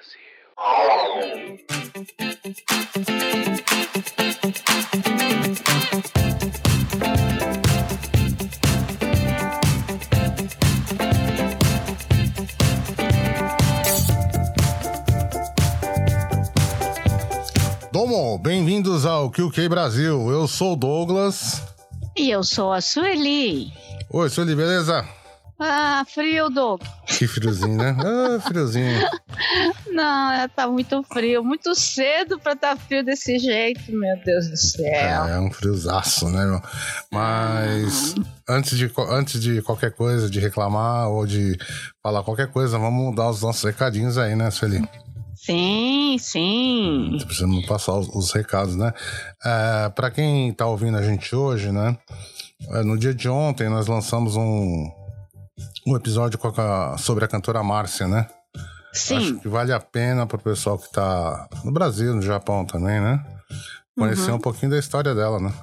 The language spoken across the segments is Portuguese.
Domo, bem-vindos ao QQ Brasil. Eu sou o Douglas. E eu sou a Sueli. Oi, Sueli, beleza? Ah, frio, Doug. Que friozinho, né? Ah, friozinho. Não, tá muito frio. Muito cedo pra tá frio desse jeito, meu Deus do céu. É um friozaço, né, meu? Mas antes de qualquer coisa, de reclamar ou de falar qualquer coisa, vamos dar os nossos recadinhos aí, né, Sueli? Sim. Precisamos passar os recados, né? Pra quem tá ouvindo a gente hoje, né? No dia de ontem nós lançamos um episódio sobre a cantora Márcia, né? Sim. Acho que vale a pena pro pessoal que tá no Brasil, no Japão também, né? Conhecer um pouquinho da história dela, né?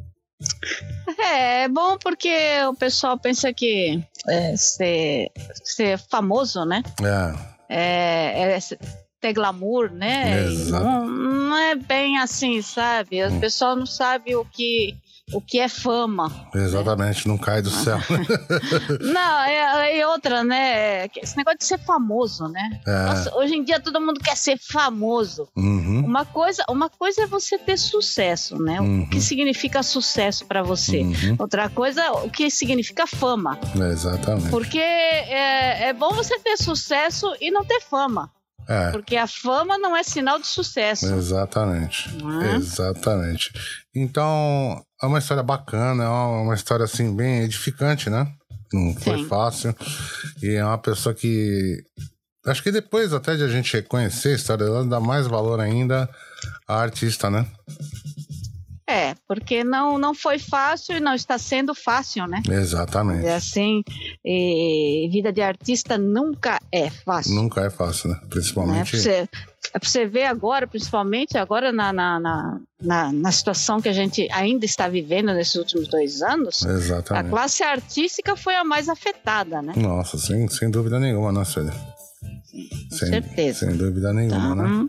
É bom porque o pessoal pensa que ser famoso, né? É ter glamour, né? Não é bem assim, sabe? O pessoal não sabe o que é fama. Exatamente, né? Não cai do céu. Não, é outra, né? Esse negócio de ser famoso, né? Nossa, hoje em dia todo mundo quer ser famoso. Uhum. Uma coisa é você ter sucesso, né? O que significa sucesso pra você. Outra coisa, o que significa fama. Exatamente. Porque é bom você ter sucesso e não ter fama. Porque a fama não é sinal de sucesso. Exatamente. Exatamente. Então, é uma história bacana, é uma história assim bem edificante, né? Não foi fácil. E é uma pessoa que acho que depois até de a gente reconhecer a história dela, dá mais valor ainda à artista, né? Porque não foi fácil e não está sendo fácil, né? Exatamente. É assim, vida de artista nunca é fácil. Nunca é fácil, né? Principalmente... Pra você ver agora, principalmente agora na situação que a gente ainda está vivendo nesses últimos 2 anos, exatamente, a classe artística foi a mais afetada, né? Nossa, sem dúvida nenhuma, né, Célia? Com certeza. Sem dúvida nenhuma, né?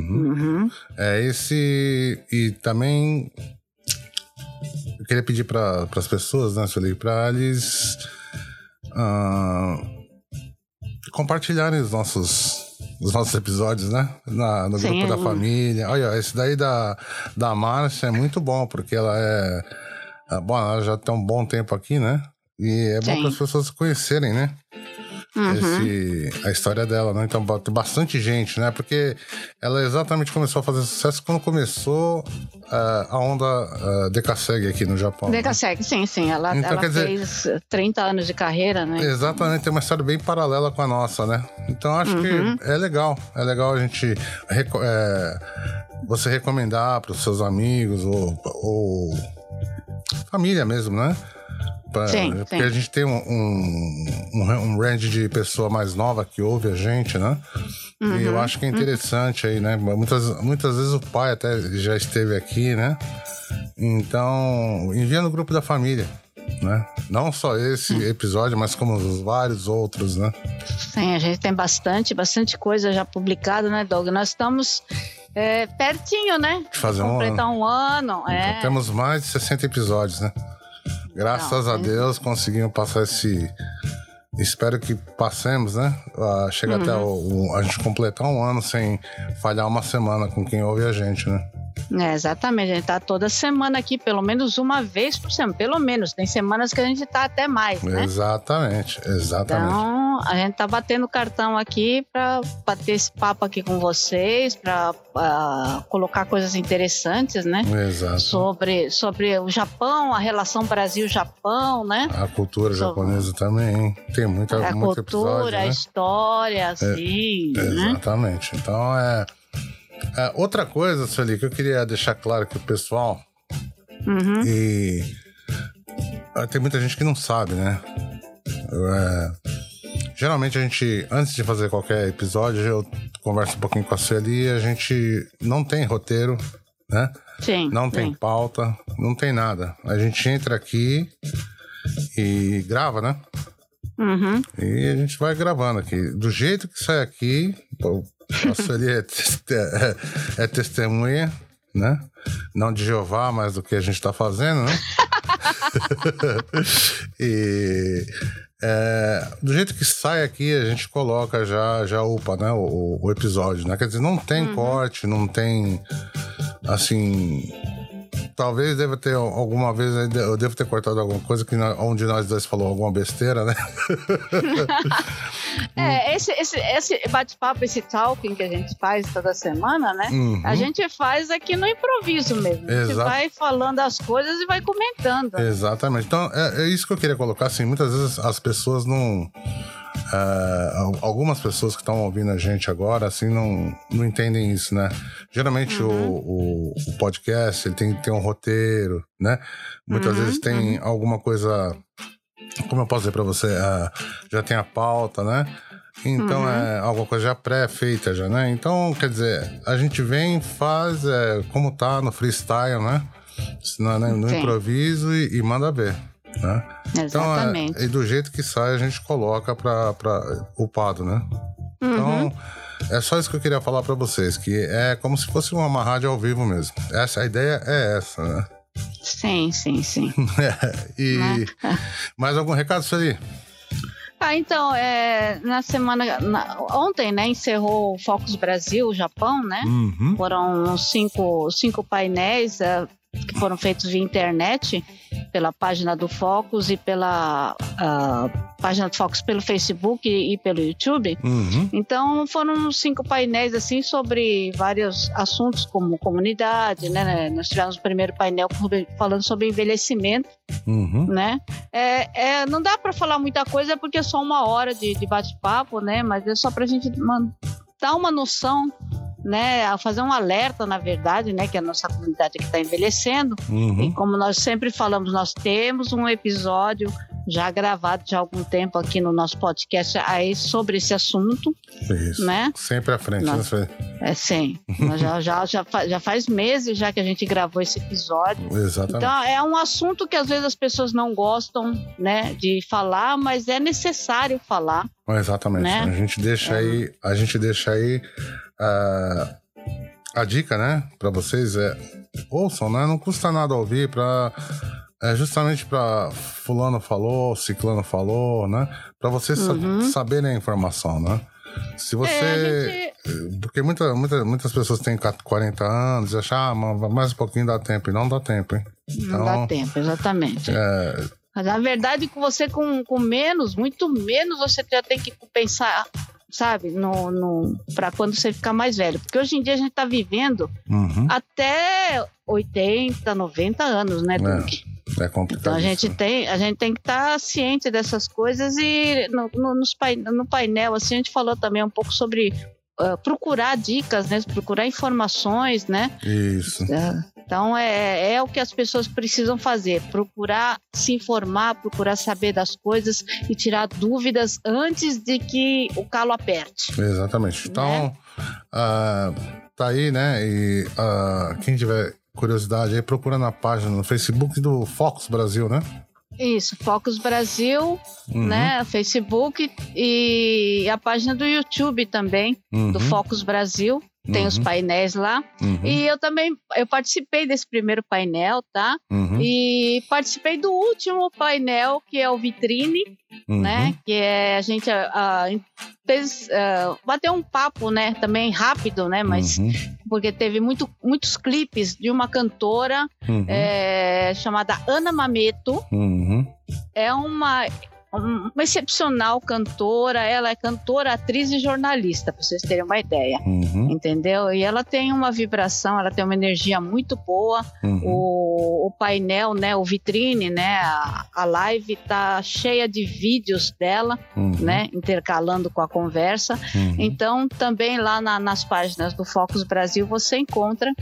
E também eu queria pedir para as pessoas, né, Sueli, para eles compartilharem os nossos episódios, né? No grupo da família. Olha, esse daí da Márcia é muito bom, porque ela ela já tem um bom tempo aqui, né? E é bom para as pessoas conhecerem, né? A história dela, né? Então tem bastante gente, né? Porque ela exatamente começou a fazer sucesso quando começou a onda Decassegue aqui no Japão. Decassegue, né? Sim. Ela fez 30 anos de carreira, né? Exatamente, tem uma história bem paralela com a nossa, né? Então acho que é legal a gente você recomendar para os seus amigos ou família mesmo, né? Porque a gente tem um range de pessoa mais nova que ouve a gente, né? E eu acho que é interessante aí, né? Muitas vezes o pai até já esteve aqui, né? Então, envia no grupo da família, né? Não só esse episódio, mas como os vários outros, né? Sim, a gente tem bastante coisa já publicada, né, Doug? Nós estamos pertinho, né? De fazer completar um ano. Então, temos mais de 60 episódios, né? Graças a Deus conseguimos passar espero que passemos, né? Chega até a gente completar um ano sem falhar uma semana com quem ouve a gente, né? Exatamente, a gente tá toda semana aqui, pelo menos uma vez por semana, pelo menos, tem semanas que a gente tá até mais, né? Exatamente. Então, a gente tá batendo cartão aqui pra bater esse papo aqui com vocês, pra colocar coisas interessantes, né? Exato. Sobre o Japão, a relação Brasil-Japão, né? A cultura japonesa também, tem muito episódio, né? A cultura, a história, assim, né? Exatamente, então outra coisa, Sueli, que eu queria deixar claro que o pessoal e tem muita gente que não sabe, né? Geralmente a gente, antes de fazer qualquer episódio, eu converso um pouquinho com a Sueli e a gente não tem roteiro, né? Sim. Não tem pauta, não tem nada. A gente entra aqui e grava, né? E a gente vai gravando aqui. Do jeito que sai aqui, A Sueli é testemunha, né? Não de Jeová, mas do que a gente está fazendo, né? E do jeito que sai aqui, a gente coloca já upa, né? O episódio, né? Quer dizer, não tem corte, não tem, assim... Talvez deva ter alguma vez, eu devo ter cortado alguma coisa onde nós dois falou alguma besteira, né? Esse bate-papo, esse talking que a gente faz toda semana, né? A gente faz aqui no improviso mesmo. A gente vai falando as coisas e vai comentando. Exatamente. Então, é isso que eu queria colocar, assim, muitas vezes as pessoas não... algumas pessoas que estão ouvindo a gente agora, assim, não entendem isso, né? Geralmente o podcast, ele tem que ter um roteiro, né? Muitas vezes tem alguma coisa, como eu posso dizer pra você, já tem a pauta, né? Então é alguma coisa já pré-feita, já, né? Então, quer dizer, a gente vem, faz como tá no freestyle, né? No improviso e manda ver. Né? Exatamente. Então, e do jeito que sai, a gente coloca pra upado, né? Então, é só isso que eu queria falar pra vocês, que é como se fosse uma rádio ao vivo mesmo. A ideia é essa, né? Sim. E mais algum recado, Sueli? Então, na semana... ontem, né, encerrou o Focus Brasil, Japão, né? Foram cinco painéis que foram feitos via internet, pela página do Focus e pela página do Focus pelo Facebook e pelo YouTube. Então foram 5 painéis assim sobre vários assuntos como comunidade, né? Nós tivemos o primeiro painel falando sobre envelhecimento, né? Não dá para falar muita coisa porque é só 1 hora de bate-papo, né? Mas é só pra gente dar uma noção, né, a fazer um alerta, na verdade, né, que a nossa comunidade que está envelhecendo. E como nós sempre falamos, nós temos um episódio já gravado de algum tempo aqui no nosso podcast aí sobre esse assunto. Isso. Né? Sempre à frente. Sim. já faz meses já que a gente gravou esse episódio. Exatamente. Então é um assunto que às vezes as pessoas não gostam, né, de falar, mas é necessário falar. Exatamente. Né? A gente deixa aí a dica, né, para vocês ouçam, né? Não custa nada ouvir justamente para fulano falou, ciclano falou, né? Para vocês saberem a informação, né? Se você... Porque muitas pessoas têm 40 anos e acham, mais um pouquinho dá tempo. E não dá tempo, hein? Então, não dá tempo, exatamente. Mas na verdade, com você com menos, muito menos, você já tem que pensar, sabe, para quando você ficar mais velho. Porque hoje em dia a gente tá vivendo até 80, 90 anos, né, Duque? É complicado. Então a gente tem que estar ciente dessas coisas e no painel, assim, a gente falou também um pouco sobre procurar dicas, né? Procurar informações, né? Isso. Então é o que as pessoas precisam fazer, procurar se informar, procurar saber das coisas e tirar dúvidas antes de que o calo aperte. Exatamente. Então, tá aí, né? E quem tiver curiosidade aí, procura na página no Facebook do Focus Brasil, né? Isso, Focus Brasil, né? Facebook e a página do YouTube também, do Focus Brasil. Tem os painéis lá. E eu participei desse primeiro painel, tá? E participei do último painel, que é o Vitrine, né? Que a gente fez, bateu um papo, né? Também rápido, né? Mas porque teve muitos clipes de uma cantora chamada Ana Mameto. É uma excepcional cantora. Ela é cantora, atriz e jornalista, para vocês terem uma ideia, entendeu? E ela tem uma vibração, ela tem uma energia muito boa. O painel, né, o Vitrine, né, a live tá cheia de vídeos dela, né, intercalando com a conversa. Então também lá nas páginas do Focus Brasil você encontra.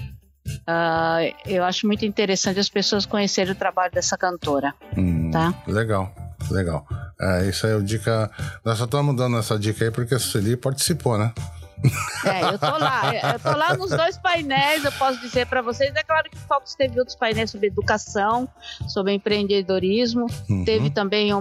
Eu acho muito interessante as pessoas conhecerem o trabalho dessa cantora. Tá? Legal. Isso aí é a dica. Nós só estamos dando essa dica aí porque a Sueli participou, né? Eu tô lá nos 2 painéis, eu posso dizer para vocês. É claro que o Focus teve outros painéis sobre educação, sobre empreendedorismo. Teve também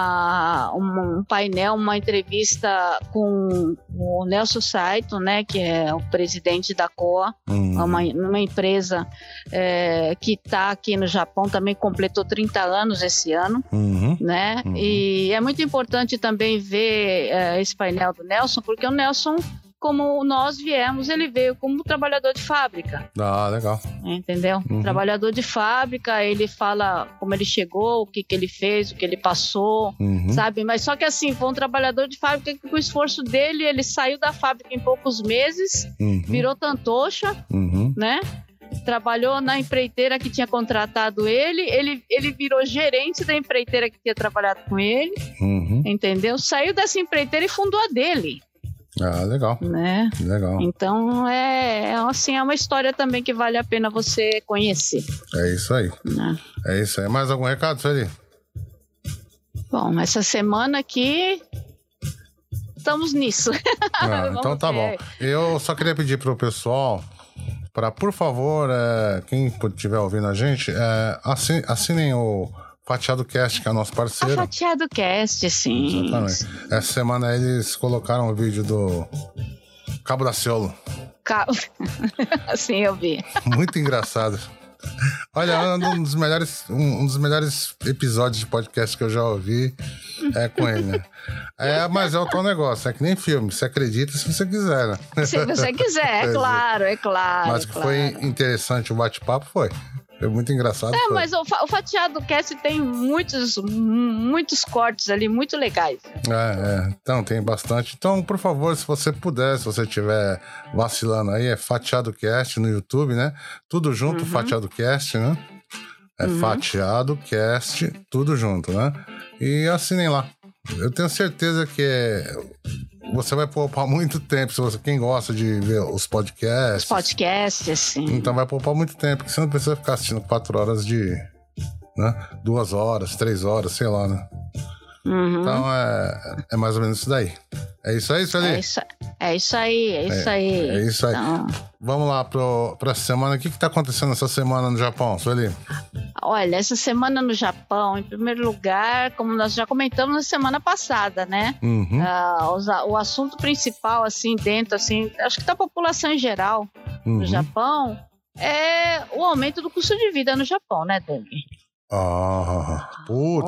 um painel, uma entrevista com o Nelson Saito, né, que é o presidente da COA, uma empresa que está aqui no Japão, também completou 30 anos esse ano, né? E é muito importante também ver esse painel do Nelson, porque o Nelson, como nós viemos, ele veio como trabalhador de fábrica. Ah, legal. Entendeu? Trabalhador de fábrica, ele fala como ele chegou, o que ele fez, o que ele passou, sabe? Mas só que assim, foi um trabalhador de fábrica que com o esforço dele, ele saiu da fábrica em poucos meses, virou tantocha, né? Trabalhou na empreiteira que tinha contratado ele virou gerente da empreiteira que tinha trabalhado com ele, entendeu? Saiu dessa empreiteira e fundou a dele. Ah, legal. Né? Legal. Então, é uma história também que vale a pena você conhecer. É isso aí. Né? É isso aí. Mais algum recado, Sueli? Bom, essa semana aqui estamos nisso. Então tá bom. Eu só queria pedir pro pessoal para, por favor, quem estiver ouvindo a gente, assinem o Fatiado Cast, que é nosso parceiro. O Fatiado Cast, sim. Exatamente. Essa semana eles colocaram o vídeo do Cabo da Ciolo. Sim, eu vi. Muito engraçado. Olha, um dos melhores episódios de podcast que eu já ouvi é com ele, né? Mas é o tal negócio, é que nem filme, você acredita se você quiser, né? Se você quiser, é claro. Mas que foi interessante o bate-papo, foi muito engraçado. Mas o Fatiado Cast tem muitos cortes ali, muito legais. Então, tem bastante. Então, por favor, se você puder, se você estiver vacilando aí, é Fatiado Cast no YouTube, né? Tudo junto, Fatiado Cast, né? É Fatiado Cast, tudo junto, né? E assinem lá. Eu tenho certeza que você vai poupar muito tempo, quem gosta de ver os podcasts. Os podcasts, sim. Então vai poupar muito tempo, porque você não precisa ficar assistindo 4 horas né? 2 horas, 3 horas, sei lá, né? Então é mais ou menos isso daí. É isso aí, Sueli? É isso aí. É isso aí. Então... Vamos lá pra semana. O que tá acontecendo essa semana no Japão, Sueli? Olha, essa semana no Japão, em primeiro lugar, como nós já comentamos na semana passada, né? O assunto principal, assim, dentro, assim, acho que da população em geral no Japão, é o aumento do custo de vida no Japão, né, Doug? Putz.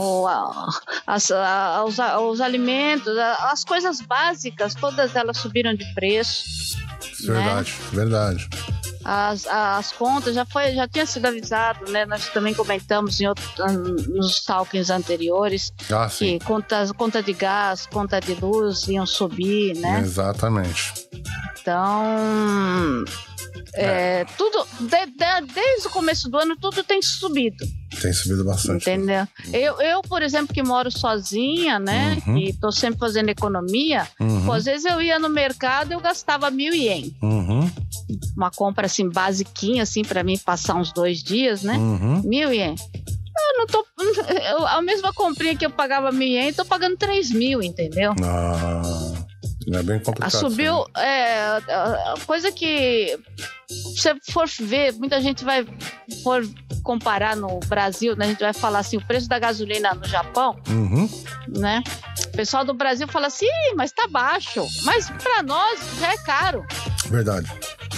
Os alimentos, as coisas básicas, todas elas subiram de preço. Verdade. As contas já tinha sido avisado, né? Nós também comentamos nos talkings anteriores que conta de gás, conta de luz iam subir, né? Exatamente. Então, tudo desde o começo do ano tudo tem subido. Tem subido bastante. Entendeu? Eu, por exemplo, que moro sozinha, né? E tô sempre fazendo economia. Às vezes eu ia no mercado e eu gastava 1.000 ien. Uma compra assim, basiquinha, assim, pra mim passar uns 2 dias, né? 1.000 ien. Eu não tô. A mesma comprinha que eu pagava 1.000 ien, tô pagando 3.000, entendeu? É bem complicado. Subiu. Coisa que. Se você for ver, muita gente for comparar no Brasil, né? A gente vai falar assim, o preço da gasolina no Japão, né? O pessoal do Brasil fala assim, mas tá baixo. Mas pra nós já é caro. Verdade.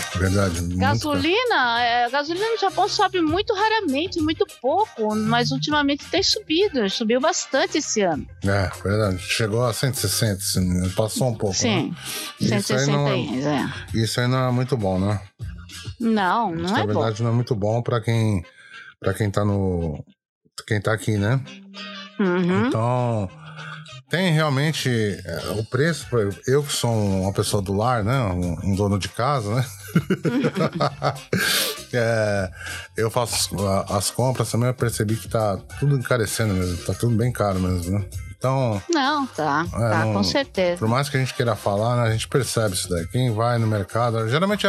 Gasolina no Japão sobe muito raramente, muito pouco, mas ultimamente tem subiu bastante esse ano. Verdade. Chegou a 160, passou um pouco. Sim, né? 160 ienes, Isso aí não é muito bom, né? Não é bom. Na verdade, não é muito bom pra quem tá aqui, né? Então, tem realmente o preço. Eu que sou uma pessoa do lar, né? Um dono de casa, né? Eu faço as compras também, eu percebi que tá tudo encarecendo mesmo, tá tudo bem caro mesmo, né? Então... Não, tá, com certeza. Por mais que a gente queira falar, né, a gente percebe isso daí. Quem vai no mercado, geralmente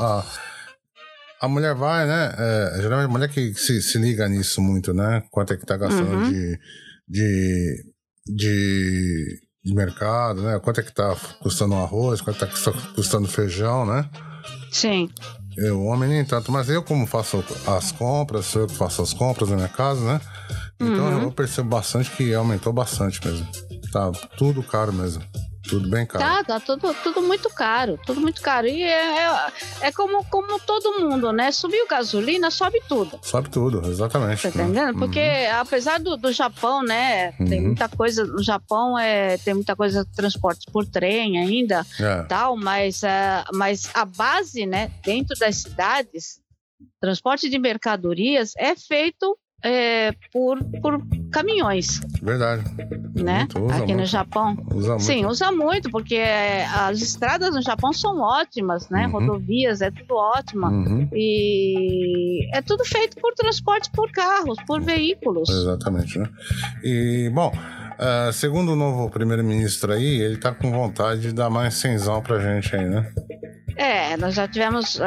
a mulher vai, né? Geralmente a mulher que se liga nisso muito, né? Quanto é que tá gastando de mercado, né? Quanto é que tá custando o arroz, quanto é que tá custando o feijão, né? Sim. O homem nem tanto, mas eu como faço as compras, sou eu que faço as compras na minha casa, né? Então eu percebo bastante que aumentou bastante mesmo. Tá tudo caro mesmo. Tudo bem caro. Tá tudo muito caro, tudo muito caro. E é como todo mundo, né? Subiu gasolina, sobe tudo. Sobe tudo, exatamente. Tá entendendo? Porque apesar do Japão, né? Tem muita coisa, no Japão tem muita coisa de transporte por trem ainda, tal, mas a base, né? Dentro das cidades, transporte de mercadorias é feito por caminhões. Verdade. Né? Aqui no Japão. Sim, usa muito, porque as estradas no Japão são ótimas, né? Rodovias, é tudo ótimo. E é tudo feito por transporte por carros, por veículos. Exatamente, né? E, bom, segundo o novo primeiro-ministro aí, ele tá com vontade de dar mais cenzão pra gente aí, né? Nós já tivemos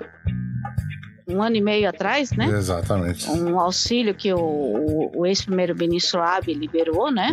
1 ano e meio atrás, né? Exatamente. Um auxílio que o ex-primeiro-ministro Abe liberou, né?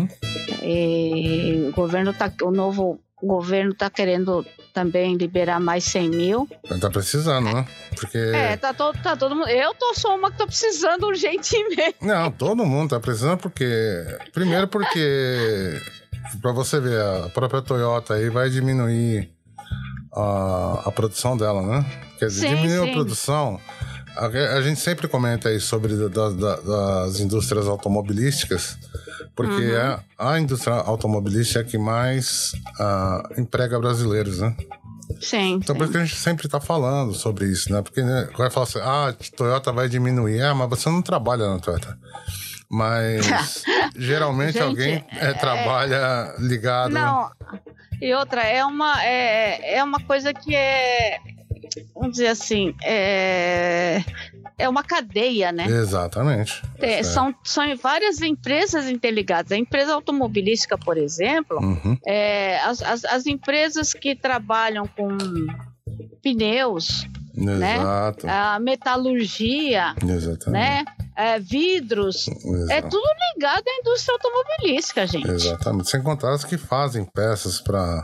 E o novo governo tá querendo também liberar mais 100 mil. Tá precisando, né? Porque... tá todo mundo... Eu sou uma que tô precisando urgentemente. Não, todo mundo tá precisando porque... Primeiro porque... Pra você ver, a própria Toyota aí vai diminuir a produção dela, né? Quer dizer, diminuir a produção. A gente sempre comenta aí sobre das indústrias automobilísticas, porque a indústria automobilística é a que mais emprega brasileiros, né? Sim. Então, por isso que a gente sempre tá falando sobre isso, né? Porque vai falar assim, Toyota vai diminuir. Mas você não trabalha na Toyota. Mas geralmente gente, alguém trabalha ligado. Não. E outra, é uma coisa que vamos dizer assim, é uma cadeia, né? Exatamente. São várias empresas interligadas. A empresa automobilística, por exemplo, as empresas que trabalham com pneus, exato, né? A metalurgia, exatamente, né? Vidros, exato, é tudo ligado à indústria automobilística, gente. Exatamente, sem contar as que fazem peças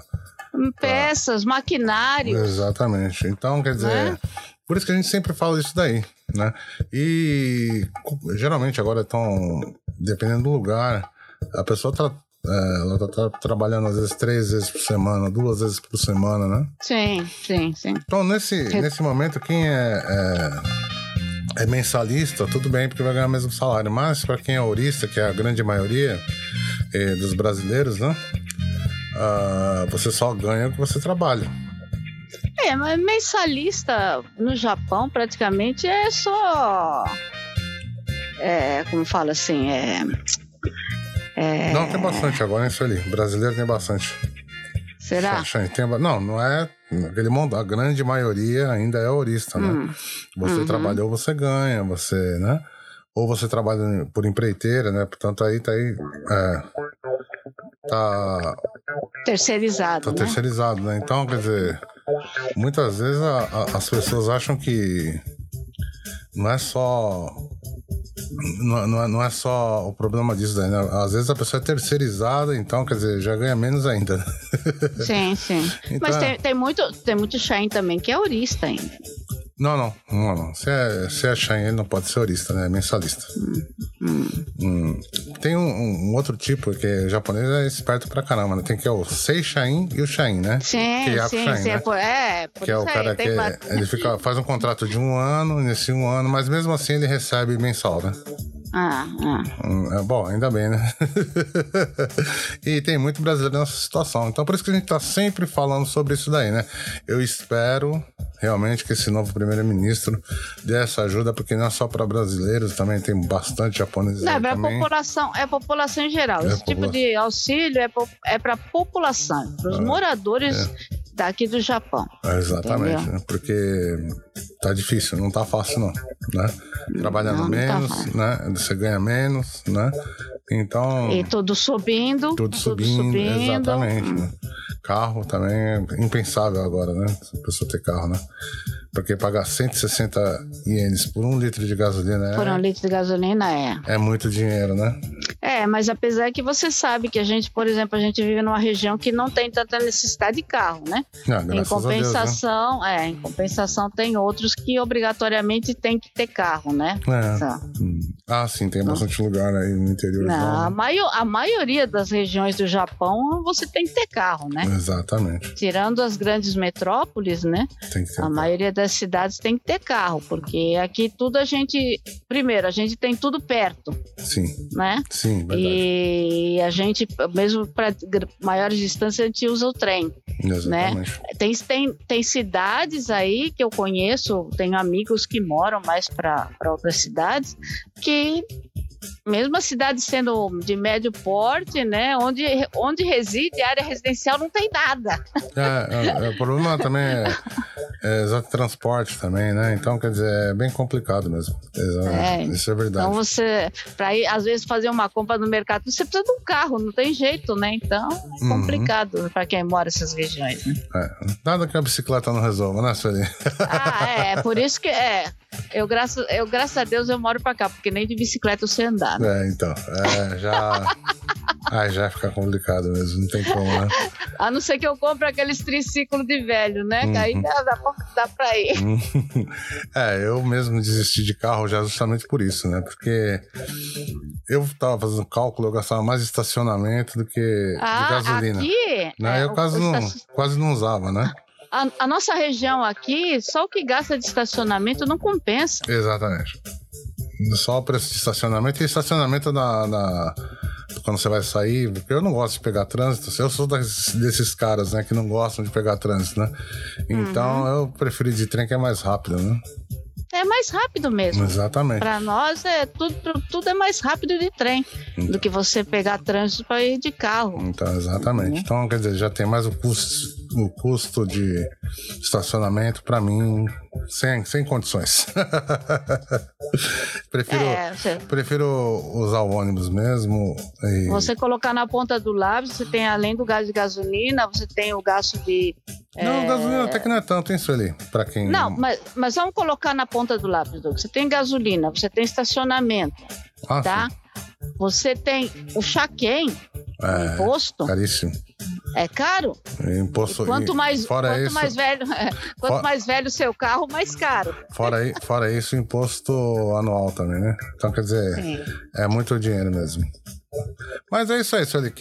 maquinários. Exatamente. Então, quer dizer, por isso que a gente sempre fala isso daí, né? E geralmente agora dependendo do lugar, a pessoa ela tá trabalhando às vezes 3 vezes por semana, 2 vezes por semana, né? Sim. Então, nesse momento, quem é mensalista, tudo bem, porque vai ganhar o mesmo salário. Mas para quem é horista, que é a grande maioria dos brasileiros, né? Você só ganha o que você trabalha. Mas mensalista no Japão praticamente é só... como fala assim, Não, tem bastante agora, isso ali. Brasileiro tem bastante. Será? Não é... Aquele mundo, a grande maioria ainda é horista, né? Você trabalhou, você ganha, né? Ou você trabalha por empreiteira, né? Portanto, aí tá terceirizado, tá terceirizado, né? Então, quer dizer, muitas vezes as pessoas acham que não é só o problema disso daí, né? Às vezes a pessoa é terceirizada, então, quer dizer, já ganha menos ainda. Sim. Então, mas tem muito Shine também que é horista ainda. Não. Se é Shine, ele não pode ser horista, né? É mensalista. Tem um outro tipo que é japonês, é esperto pra caramba, né? Tem que é o Seishain e o Shain, né? Sim. Shine, né? Por que é o cara que ele faz um contrato de 1 ano, nesse 1 ano, mas mesmo assim ele recebe mensal, né? Bom, ainda bem, né? E tem muito brasileiro nessa situação. Então, por isso que a gente tá sempre falando sobre isso daí, né? Eu espero realmente que esse novo primeiro-ministro dê essa ajuda, porque não é só para brasileiros, também tem bastante japoneses. Não, é a população em geral. Esse tipo de auxílio é para a população, para os moradores daqui do Japão. Exatamente, né? Porque tá difícil, não tá fácil não, né? Trabalhando menos, né? Você ganha menos, né? Então... E tudo subindo. Tudo subindo. Exatamente. Né? Carro também é impensável agora, né? Se a pessoa ter carro, né? Porque pagar 160 ienes por 1 litro de gasolina Por 1 litro de gasolina é muito dinheiro, né? Mas apesar que você sabe que a gente, por exemplo, a gente vive numa região que não tem tanta necessidade de carro, né? Em compensação, Deus, né? Em compensação tem outros que obrigatoriamente tem que ter carro, né? Sim, tem bastante lugar aí no interior. A maioria das regiões do Japão você tem que ter carro, né? Exatamente. Tirando as grandes metrópoles, né? Tem que ter maioria das cidades tem que ter carro, porque aqui tudo a gente tem tudo perto. Sim. Né? Sim, verdade. E a gente, mesmo para maiores distâncias, a gente usa o trem. Exatamente. Né? Tem cidades aí que eu conheço, tenho amigos que moram mais para outras cidades, que mesmo a cidade sendo de médio porte, né, onde reside a área residencial não tem nada. O problema também é exato transporte também, né? Então, quer dizer, é bem complicado mesmo. Isso é verdade. Então você, para ir às vezes fazer uma compra no mercado, você precisa de um carro, não tem jeito, né? Então é complicado para quem mora nessas regiões, né? Nada que a bicicleta não resolva, né, Sueli? Por isso que eu graças a Deus eu moro para cá, porque nem de bicicleta eu sei andar. Né? Então, já fica complicado mesmo, não tem como, né? A não ser que eu compre aqueles triciclos de velho, né? Que aí dá pra ir. Eu mesmo desisti de carro já justamente por isso, né? Porque eu tava fazendo cálculo, eu gastava mais de estacionamento do que de gasolina. Aqui? Né? Eu quase não usava, né? A nossa região aqui, só o que gasta de estacionamento não compensa. Exatamente. Só o preço de estacionamento e estacionamento quando você vai sair, porque eu não gosto de pegar trânsito, eu sou desses caras, né, que não gostam de pegar trânsito, né? Então eu prefiro ir de trem, que é mais rápido, né? É mais rápido mesmo. Exatamente. Para nós tudo é mais rápido de trem do que você pegar trânsito para ir de carro. Então, exatamente. Então, quer dizer, já tem mais o custo de estacionamento para mim sem condições. Prefiro usar o ônibus mesmo. Você colocar na ponta do lápis, você tem além do gasto de gasolina, você tem o gasto de... Não, gasolina até que não é tanto, hein, Sueli? Pra quem... Não, mas vamos colocar na ponta do lápis, Douglas. Você tem gasolina, você tem estacionamento, tá? Sim. Você tem o chaquém, o imposto. Caríssimo. É caro? Imposto. Quanto mais velho o seu carro, mais caro. Fora isso, imposto anual também, né? Então, quer dizer, sim, é muito dinheiro mesmo. Mas é isso aí, Sueli.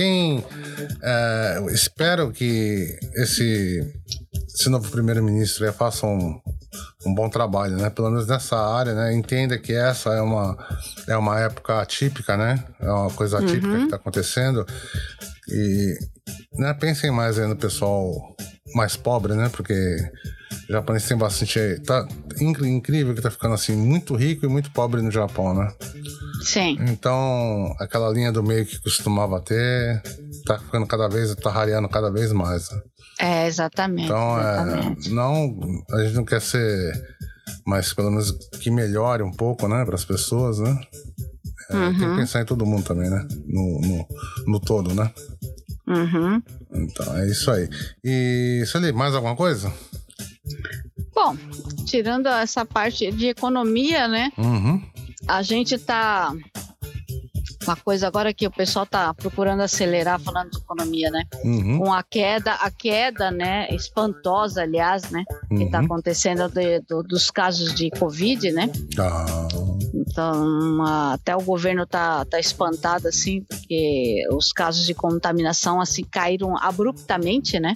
Espero que esse novo primeiro-ministro faça um bom trabalho, né? Pelo menos nessa área, né? Entenda que essa é uma época atípica, né? É uma coisa atípica que está acontecendo. E, né, pensem mais aí no pessoal mais pobre, né? Porque o japonês tem bastante... Tá incrível que tá ficando assim, muito rico e muito pobre no Japão, né? Sim. Então, aquela linha do meio que costumava ter, tá ficando tá rareando cada vez mais. Né? Exatamente. Então, a gente não quer ser, mas pelo menos que melhore um pouco, né, para as pessoas, né? Tem que pensar em todo mundo também, né? No todo, né? Então, é isso aí. E, Sueli, mais alguma coisa? Bom, tirando essa parte de economia, né? A gente tá... Uma coisa agora que o pessoal tá procurando acelerar, falando de economia, né? Com a queda, né? Espantosa, aliás, né? Que tá acontecendo dos casos de Covid, né? Então, até o governo tá espantado, assim, porque os casos de contaminação, assim, caíram abruptamente, né?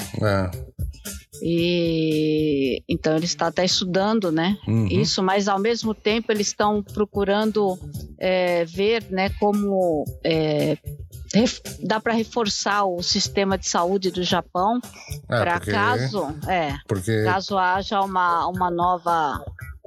E então eles estão até estudando, né? Isso, mas ao mesmo tempo eles estão procurando ver, né, como dá para reforçar o sistema de saúde do Japão para caso haja uma nova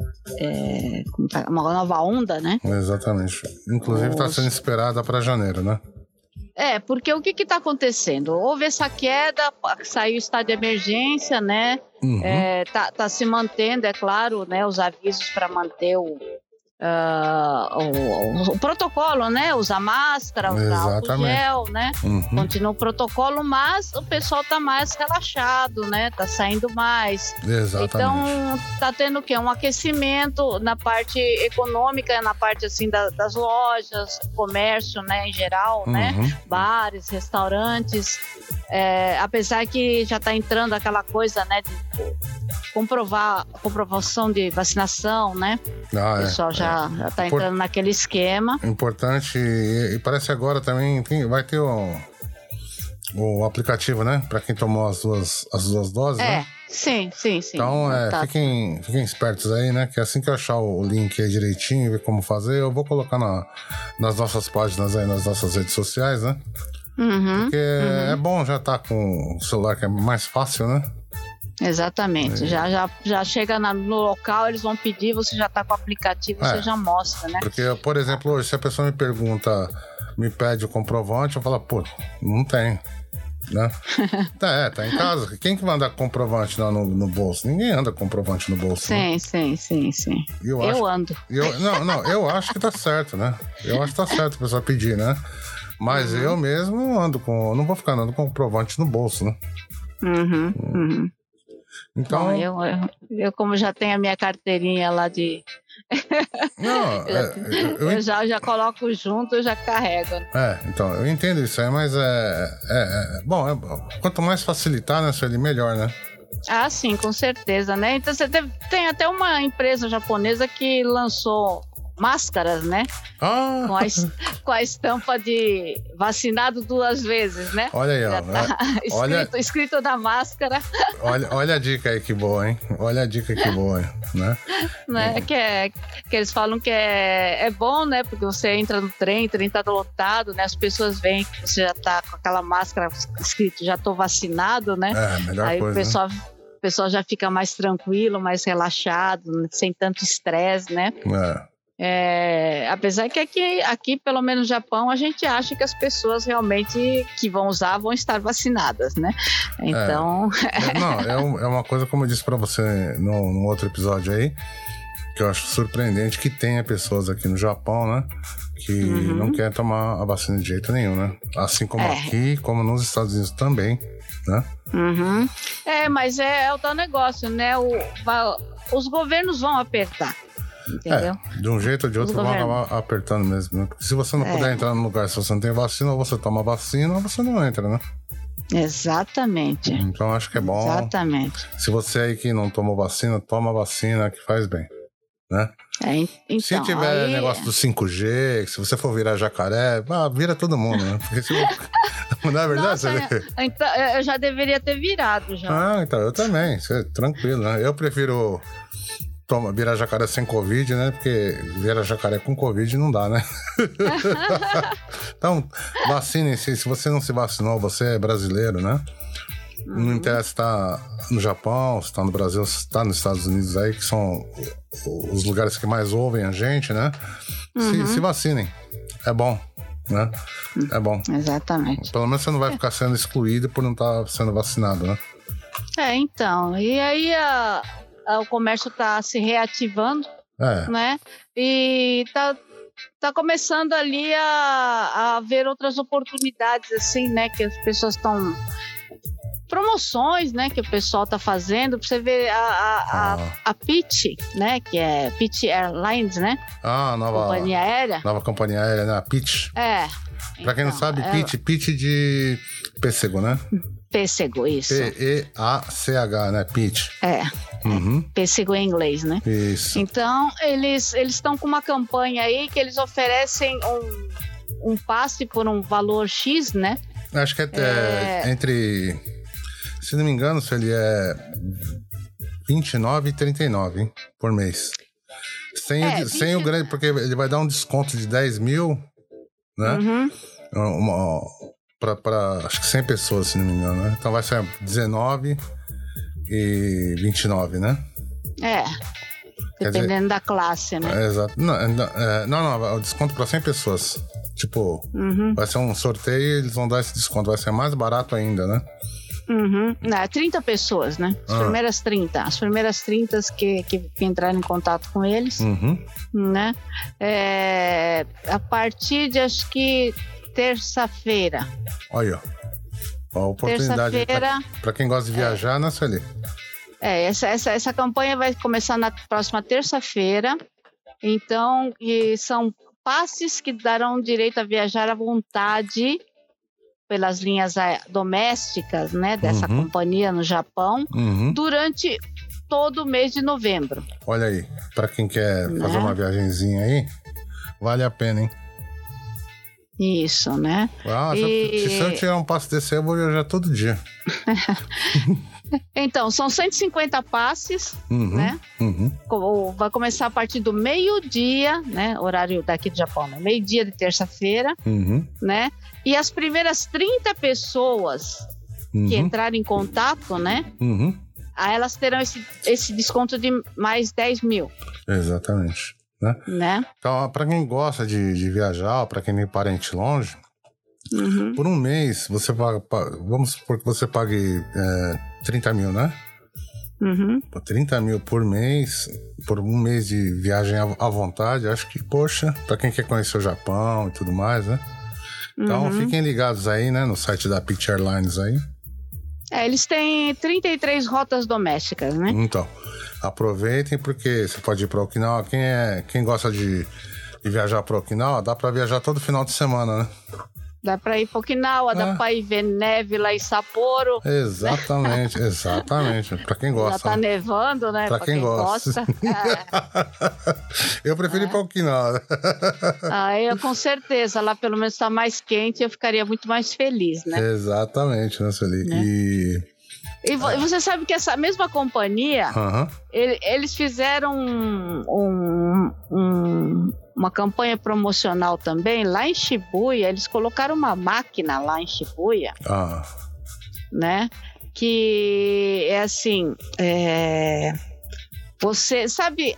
onda, né? Exatamente. Inclusive está sendo esperada para janeiro, né? Porque o que está acontecendo? Houve essa queda, saiu o estado de emergência, né? Tá se mantendo, é claro, né? Os avisos para manter o protocolo, né? Usar máscara, usar álcool gel, né? Continua o protocolo, mas o pessoal tá mais relaxado, né? Tá saindo mais. Exatamente. Então, tá tendo o quê? Um aquecimento na parte econômica, na parte, assim, das lojas, comércio, né? Em geral, né? Bares, restaurantes. Apesar que já tá entrando aquela coisa, né? De comprovação de vacinação, né? O pessoal já tá entrando naquele esquema. Importante, e parece agora também vai ter o aplicativo, né? Para quem tomou as duas doses, né? Sim. Então, fiquem espertos aí, né? Que assim que eu achar o link aí direitinho e ver como fazer, eu vou colocar nas nossas páginas aí, nas nossas redes sociais, né? Porque é bom já estar com o celular, que é mais fácil, né? Exatamente, já chega no local, eles vão pedir, você já tá com o aplicativo, você já mostra, né? Porque, por exemplo, hoje, se a pessoa me pede o comprovante, eu falo, pô, não tem, né? Tá em casa. Quem que vai andar com comprovante lá no bolso? Ninguém anda com comprovante no bolso. Sim. Eu ando. Eu acho que tá certo, né? Eu acho que tá certo a pessoa pedir, né? Mas eu mesmo não vou ficar andando com comprovante no bolso, né? Então, bom, eu como já tenho a minha carteirinha lá de... eu já coloco junto, eu já carrego. Então, eu entendo isso aí, mas bom, quanto mais facilitar, né, Sueli, melhor, né? Ah, sim, com certeza, né? Então você tem até uma empresa japonesa que lançou máscaras, né? Com a estampa de vacinado 2 vezes, né? Olha aí, ó. Escrito na máscara. Olha a dica aí que boa, hein? Olha a dica que boa, né? Que eles falam que é bom, né? Porque você entra no trem, o trem tá lotado, né? As pessoas veem que você já tá com aquela máscara escrito, já tô vacinado, né? Melhor aí coisa, o pessoal já fica mais tranquilo, mais relaxado, sem tanto estresse, né? Apesar que aqui, pelo menos no Japão, a gente acha que as pessoas realmente que vão usar vão estar vacinadas, né? Então... é uma coisa, como eu disse pra você no outro episódio aí, que eu acho surpreendente que tenha pessoas aqui no Japão, né? Que não querem tomar a vacina de jeito nenhum, né? Assim como aqui, como nos Estados Unidos também, né? Mas é o tal negócio, né? Os governos vão apertar. Entendeu? De um jeito ou de outro vão acabar apertando mesmo, né? Porque se você não puder entrar no lugar, se você não tem vacina, ou você toma vacina ou você não entra, né? Exatamente. Então acho que é bom. Exatamente. Se você aí que não tomou vacina, toma vacina que faz bem, né? Então, se tiver negócio do 5G, se você for virar jacaré, vira todo mundo, né? Porque se não é verdade? Então, eu já deveria ter virado já. Então eu também, tranquilo, né? Eu prefiro virar jacaré sem Covid, né? Porque virar jacaré com Covid não dá, né? Então, vacinem-se. Se você não se vacinou, você é brasileiro, né? Não interessa se tá no Japão, se tá no Brasil, se tá nos Estados Unidos aí, que são os lugares que mais ouvem a gente, né? Se vacinem. É bom, né? É bom. Exatamente. Pelo menos você não vai ficar sendo excluído por não estar sendo vacinado, né? Então. E aí o comércio está se reativando, né? E tá começando ali a ver outras oportunidades, assim, né? Que as pessoas estão... Promoções, né? Que o pessoal tá fazendo. Pra você ver a Peach, né? Que é Peach Airlines, né? Nova companhia aérea. Nova companhia aérea, né? A Peach. Pra quem não sabe, Peach de pêssego, né? Pêssego, isso. P-E-A-C-H, né? Peach. Pêssego em inglês, né? Isso. Então, eles estão com uma campanha aí que eles oferecem um passe por um valor X, né? Acho que entre... Se não me engano, se ele é R$29 e R$39, hein? Por mês. Sem o grande... Porque ele vai dar um desconto de 10 mil, né? Para acho que 100 pessoas, se não me engano, né? Então vai ser 19 e 29, né? Dependendo da classe, né? Exato. Não, o desconto para 100 pessoas. Tipo, vai ser um sorteio e eles vão dar esse desconto. Vai ser mais barato ainda, né? Uhum. 30 pessoas, né? As primeiras 30 que entraram em contato com eles, né? A partir de, acho que, terça-feira. Olha, a oportunidade para quem gosta de viajar, né, Sueli? Essa campanha vai começar na próxima terça-feira. Então, são passes que darão direito a viajar à vontade pelas linhas domésticas, né, dessa companhia no Japão, durante todo o mês de novembro. Olha aí, para quem quer fazer uma viagenzinha aí, vale a pena, hein? Isso, né? Se eu tirar um passe desse, eu vou viajar todo dia. Então, são 150 passes, né? Vai começar a partir do meio-dia, né? Horário daqui do Japão, né? Meio-dia de terça-feira, né? E as primeiras 30 pessoas que entrarem em contato, né? Elas terão esse desconto de mais 10 mil. Exatamente. Né? Então, para quem gosta de viajar, para quem tem parente longe, por um mês, você paga, vamos supor que você pague 30 mil, né? 30 mil por mês, por um mês de viagem à vontade, acho que, poxa, para quem quer conhecer o Japão e tudo mais, né? Então, fiquem ligados aí, né, no site da Pitch Airlines aí. Eles têm 33 rotas domésticas, né? Então, aproveitem, porque você pode ir para Okinawa. Quem gosta de viajar para Okinawa, dá para viajar todo final de semana, né? Dá para ir para Okinawa, dá para ir ver neve lá em Sapporo. Exatamente. Para quem gosta. Já tá nevando, né? Para quem gosta. Eu prefiro ir para Okinawa. Eu com certeza. Lá pelo menos está mais quente, eu ficaria muito mais feliz, né? Exatamente, né, Sueli? Né? E você sabe que essa mesma companhia, eles fizeram uma campanha promocional também lá em Shibuya. Eles colocaram uma máquina lá em Shibuya, né? Que é assim, você sabe,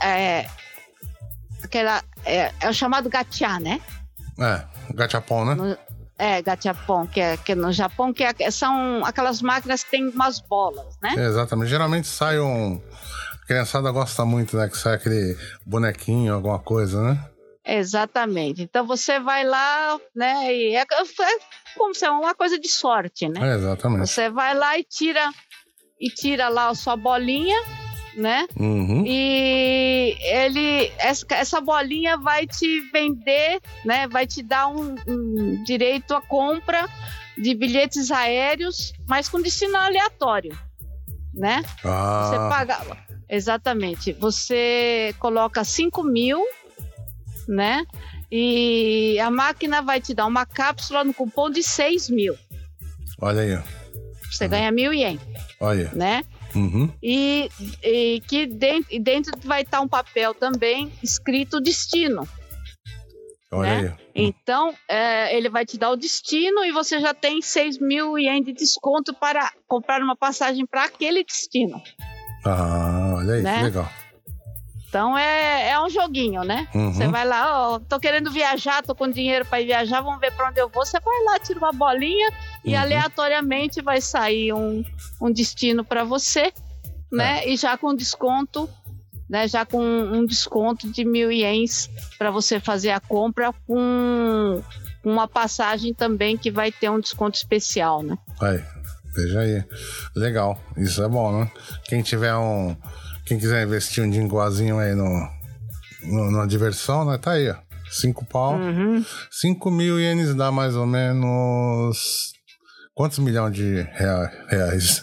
é o chamado gacha, né? Gachapon, né? Gachapon, que é no Japão, são aquelas máquinas que tem umas bolas, né? Exatamente. Geralmente sai a criançada gosta muito, né? Que sai aquele bonequinho, alguma coisa, né? Exatamente. Então você vai lá, né? E é como se é uma coisa de sorte, né? Exatamente. Você vai lá e tira lá a sua bolinha, né? E essa bolinha vai te vender, né? Vai te dar um direito à compra de bilhetes aéreos, mas com destino aleatório, né? Você paga, exatamente. Você coloca 5 mil, né? E a máquina vai te dar uma cápsula no cupom de 6 mil. Olha aí. Você ganha 1.000 ien. Olha. Né? E que dentro vai estar um papel também escrito destino. Olha, né? Aí. Então, ele vai te dar o destino e você já tem 6.000 ien de desconto para comprar uma passagem para aquele destino. Olha aí, né? Que legal. Então é um joguinho, né? Você vai lá, tô querendo viajar, tô com dinheiro para ir viajar, vamos ver para onde eu vou. Você vai lá, tira uma bolinha e aleatoriamente vai sair um destino para você, né? E já com desconto, né? Já com um desconto de 1.000 ienes para você fazer a compra com uma passagem também que vai ter um desconto especial, né? Veja aí. Legal, isso é bom, né? Quem quiser investir um dinguazinho aí numa diversão, né? Tá aí, ó. 5 pau. 5.000 ienes dá mais ou menos... Quantos milhões de reais?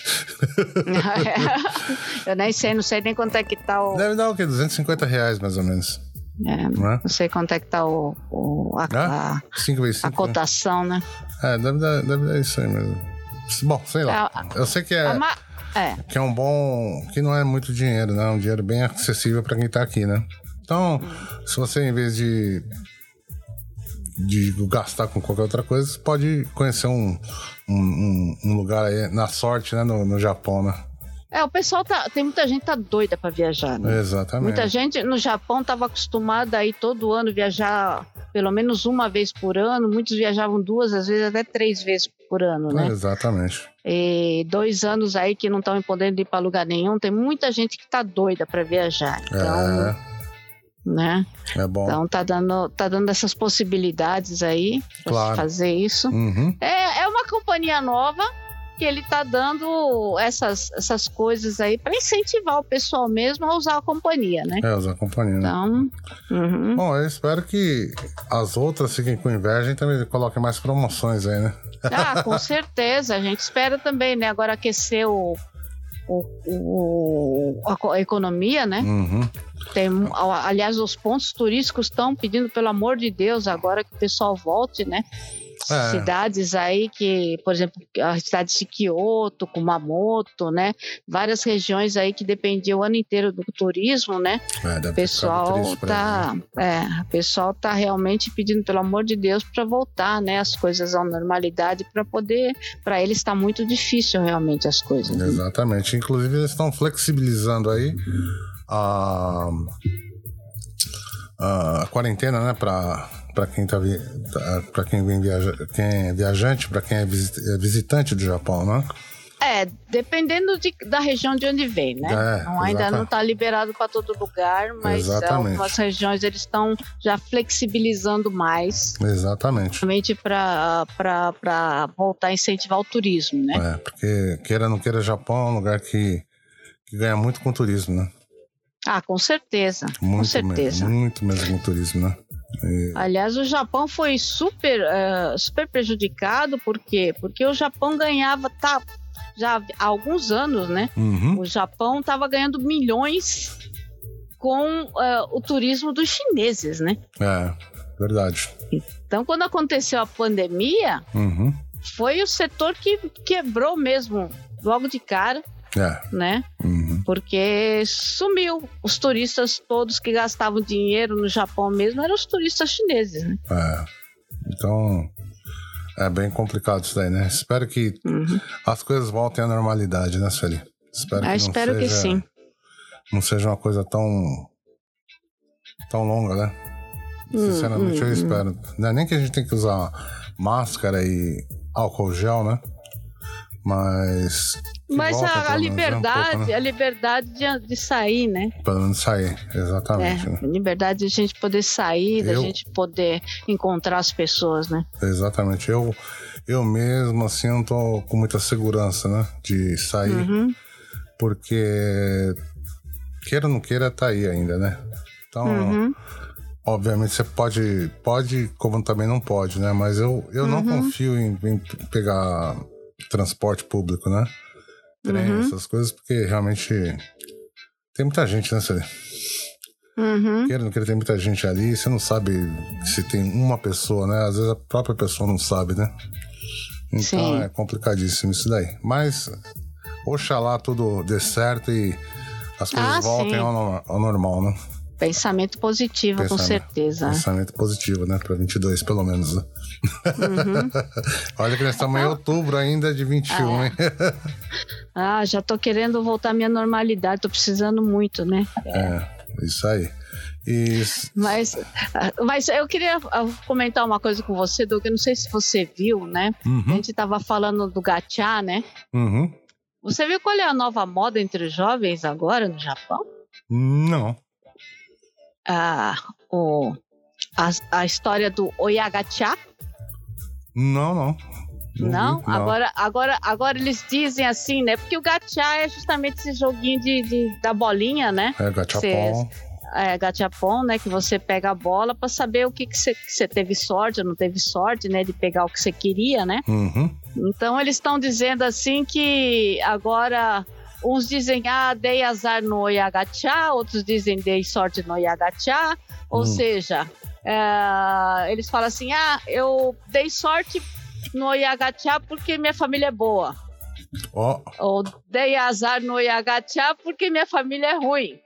Eu nem sei, não sei nem quanto é que tá o... Deve dar o quê? 250 reais, mais ou menos. Não sei quanto é que tá a 5 vezes 5, a cotação, né? Deve dar isso aí mesmo. Bom, sei lá. Eu sei que que é um bom... Que não é muito dinheiro, né? É um dinheiro bem acessível para quem tá aqui, né? Então, se você, em vez de gastar com qualquer outra coisa, você pode conhecer um lugar aí, na sorte, né? No Japão, né? O pessoal tem muita gente que tá doida para viajar, né? Exatamente. Muita gente no Japão estava acostumada a ir todo ano viajar pelo menos uma vez por ano. Muitos viajavam 2, às vezes até 3 vezes por ano, né? Exatamente. E 2 anos aí que não estão podendo ir para lugar nenhum, tem muita gente que está doida para viajar. Então, né? É bom. Então tá dando essas possibilidades aí para fazer isso. É uma companhia nova que ele tá dando essas coisas aí para incentivar o pessoal mesmo a usar a companhia, né? Usar a companhia, então, né? Bom, eu espero que as outras fiquem com inveja e também coloquem mais promoções aí, né? Com certeza. A gente espera também, né? Agora aquecer a economia, né? Aliás, os pontos turísticos estão pedindo, pelo amor de Deus, agora que o pessoal volte, né? Cidades aí que, por exemplo, a cidade de Kyoto, Kumamoto, né? Várias regiões aí que dependiam o ano inteiro do turismo, né? O pessoal tá realmente pedindo, pelo amor de Deus, para voltar, né? As coisas à normalidade, para eles está muito difícil realmente as coisas. Exatamente. Né? Inclusive eles estão flexibilizando aí a quarentena, né? Para quem para quem vem quem é viajante, para quem é visitante do Japão, né? Dependendo da região de onde vem, né? Ainda não está liberado para todo lugar, mas algumas regiões eles estão já flexibilizando mais. Exatamente. Para voltar a incentivar o turismo, né? Porque queira ou não queira, Japão é um lugar que ganha muito com turismo, né? Com certeza. Muito com certeza. Muito mesmo com turismo, né? Aliás, o Japão foi super prejudicado, por quê? Porque o Japão ganhava, já há alguns anos, né? O Japão estava ganhando milhões com o turismo dos chineses, né? Verdade. Então, quando aconteceu a pandemia, foi o setor que quebrou mesmo, logo de cara. Né? Porque sumiu. Os turistas todos que gastavam dinheiro no Japão mesmo eram os turistas chineses, né? Então é bem complicado isso daí, né? Espero que as coisas voltem à normalidade, né, Sueli? Espero que sim. Não seja uma coisa tão longa, né? Sinceramente, eu espero. Não é nem que a gente tem que usar máscara e álcool gel, né? Mas a liberdade, a liberdade de sair, né? Pelo menos sair, exatamente. Né? A liberdade de a gente poder sair, da gente poder encontrar as pessoas, né? Exatamente. Eu mesmo, assim, não tô com muita segurança, né? De sair, porque queira ou não queira, tá aí ainda, né? Então, obviamente você pode, como também não pode, né? Mas eu não confio em pegar transporte público, né? Trem, essas coisas, porque realmente tem muita gente, né, Celi? Queira ou não queira, tem muita gente ali, você não sabe se tem uma pessoa, né? Às vezes a própria pessoa não sabe, né? Então é complicadíssimo isso daí. Mas oxalá tudo dê certo e as coisas voltem ao normal, né? Pensamento positivo, com certeza. Pensamento positivo, né? Para 22, pelo menos, né? Olha que nós estamos em outubro ainda de 21, hein? Já tô querendo voltar à minha normalidade, tô precisando muito, né? Isso aí. Mas eu queria comentar uma coisa com você, Doug, eu não sei se você viu, né? A gente tava falando do gacha, né? Você viu qual é a nova moda entre os jovens agora no Japão? Não. A história do Oyagacha? Não. Não? Agora eles dizem assim, né? Porque o gacha é justamente esse joguinho da bolinha, né? Gachapon. Gachapon, né? Que você pega a bola pra saber o que você teve sorte ou não teve sorte, né? De pegar o que você queria, né? Então eles estão dizendo assim que agora... Uns dizem, dei azar no Oyagacha, outros dizem, dei sorte no Oyagacha. Ou seja, eles falam assim, eu dei sorte no Oyagacha porque minha família é boa. Ou dei azar no Oyagacha porque minha família é ruim.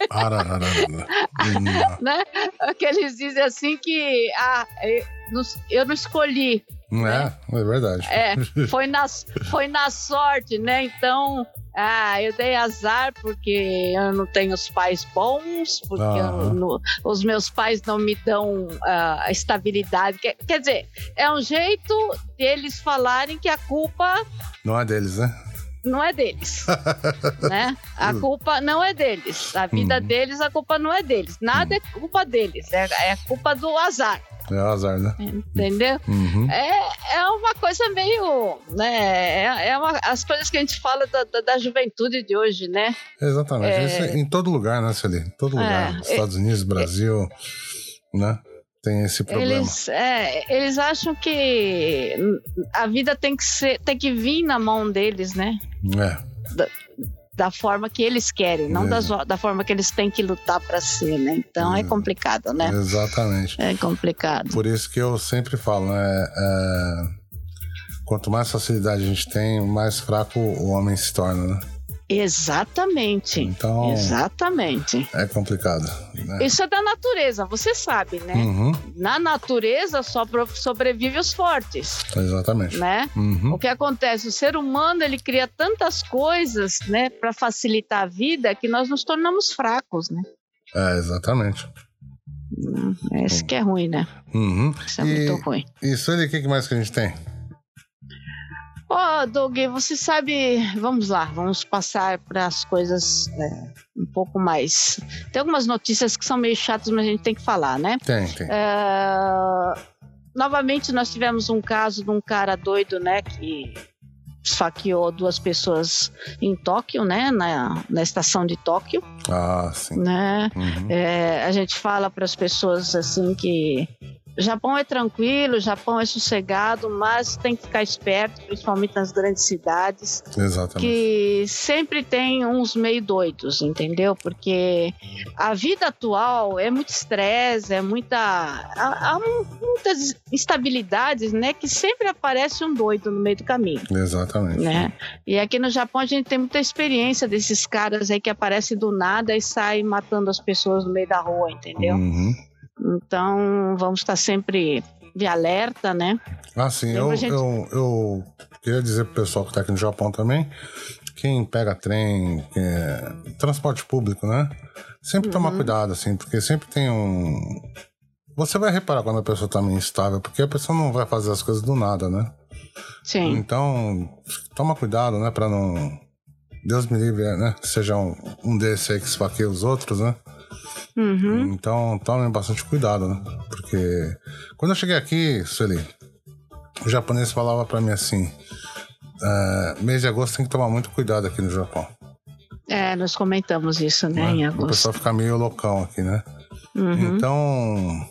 Né? Que eles dizem assim que eu não escolhi. É verdade. Foi na sorte, né? Então eu dei azar porque eu não tenho os pais bons, porque os meus pais não me dão a estabilidade. Quer dizer, é um jeito deles falarem que a culpa... Não é deles, né? Não é deles, né? A culpa não é deles. A vida deles, a culpa não é deles. Nada é culpa deles, é culpa do azar. É o azar, né? Entendeu? É uma coisa meio, né? As coisas que a gente fala da juventude de hoje, né? Exatamente. Isso em todo lugar, né, Celi? Em todo lugar. Estados Unidos, Brasil, né? Tem esse problema. Eles acham que a vida tem que vir na mão deles, né? Da forma que eles querem, não da forma que eles têm que lutar para ser, né? Então é complicado, né? Exatamente. É complicado. Por isso que eu sempre falo, né? Quanto mais facilidade a gente tem, mais fraco o homem se torna, né? Exatamente. Então, exatamente. É complicado, né? Isso é da natureza, você sabe, né? Na natureza só sobrevive os fortes. Exatamente. Né? O que acontece? O ser humano, ele cria tantas coisas, né, para facilitar a vida que nós nos tornamos fracos, né? Exatamente. Isso que é ruim, né? Isso é muito ruim. Isso aí, o que mais que a gente tem? Doug, você sabe, vamos lá, vamos passar para as coisas um pouco mais... Tem algumas notícias que são meio chatas, mas a gente tem que falar, né? Tem. Novamente, nós tivemos um caso de um cara doido, né, que esfaqueou 2 pessoas em Tóquio, né, na estação de Tóquio. Sim. Né? A gente fala para as pessoas assim que Japão é tranquilo, Japão é sossegado, mas tem que ficar esperto, principalmente nas grandes cidades. Exatamente. Que sempre tem uns meio doidos, entendeu? Porque a vida atual é muito estresse, há muitas instabilidades, né? Que sempre aparece um doido no meio do caminho. Exatamente. Né? E aqui no Japão a gente tem muita experiência desses caras aí que aparecem do nada e saem matando as pessoas no meio da rua, entendeu? Então, vamos estar sempre de alerta, né? Sim, eu queria dizer pro pessoal que está aqui no Japão também, quem pega trem, transporte público, né? Sempre tomar cuidado, assim, porque sempre tem Você vai reparar quando a pessoa tá meio instável, porque a pessoa não vai fazer as coisas do nada, né? Sim. Então, toma cuidado, né? Pra não... Deus me livre, né? Seja um desses aí que esfaqueia os outros, né? Então, tomem bastante cuidado, né? Porque quando eu cheguei aqui, Sueli, o japonês falava pra mim assim: mês de agosto tem que tomar muito cuidado aqui no Japão. Nós comentamos isso, né? Em agosto. O pessoal fica meio loucão aqui, né? Então,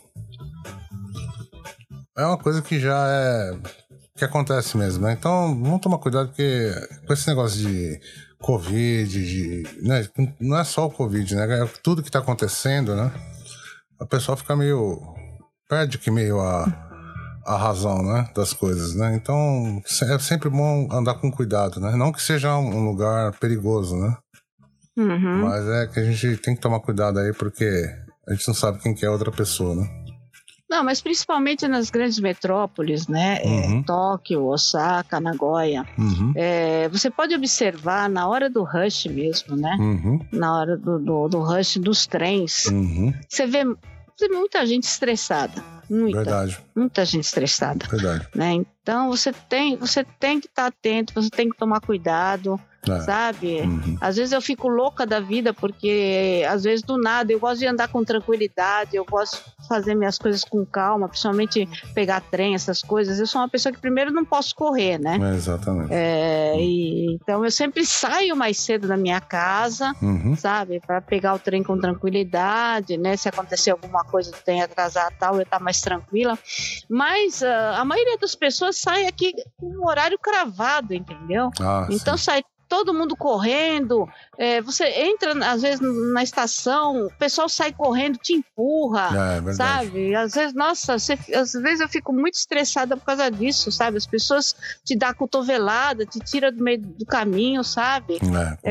é uma coisa que já que acontece mesmo, né? Então, vamos tomar cuidado, porque com esse negócio de Covid, né? Não é só o Covid, né? É tudo que tá acontecendo, né? A pessoa fica perde meio a razão, né? Das coisas, né? Então, é sempre bom andar com cuidado, né? Não que seja um lugar perigoso, né? Mas é que a gente tem que tomar cuidado aí, porque a gente não sabe quem que é outra pessoa, né? Não, mas principalmente nas grandes metrópoles, né? Tóquio, Osaka, Nagoya. Você pode observar na hora do rush mesmo, né? Na hora do rush dos trens. Você vê muita gente estressada. Muita gente estressada. Verdade. Né? Então você tem que estar atento, você tem que tomar cuidado. Sabe? Às vezes eu fico louca da vida, porque às vezes do nada eu gosto de andar com tranquilidade, eu gosto de fazer minhas coisas com calma, principalmente pegar trem, essas coisas. Eu sou uma pessoa que primeiro não posso correr, né? Exatamente. Então eu sempre saio mais cedo da minha casa, sabe? Para pegar o trem com tranquilidade, né? Se acontecer alguma coisa que tenha atrasado tal, eu estar mais tranquila. Mas a maioria das pessoas sai aqui com um horário cravado, entendeu? Então sai todo mundo correndo, você entra às vezes na estação, o pessoal sai correndo, te empurra, sabe? Às vezes, às vezes eu fico muito estressada por causa disso, sabe? As pessoas te dão a cotovelada, te tiram do meio do caminho, sabe?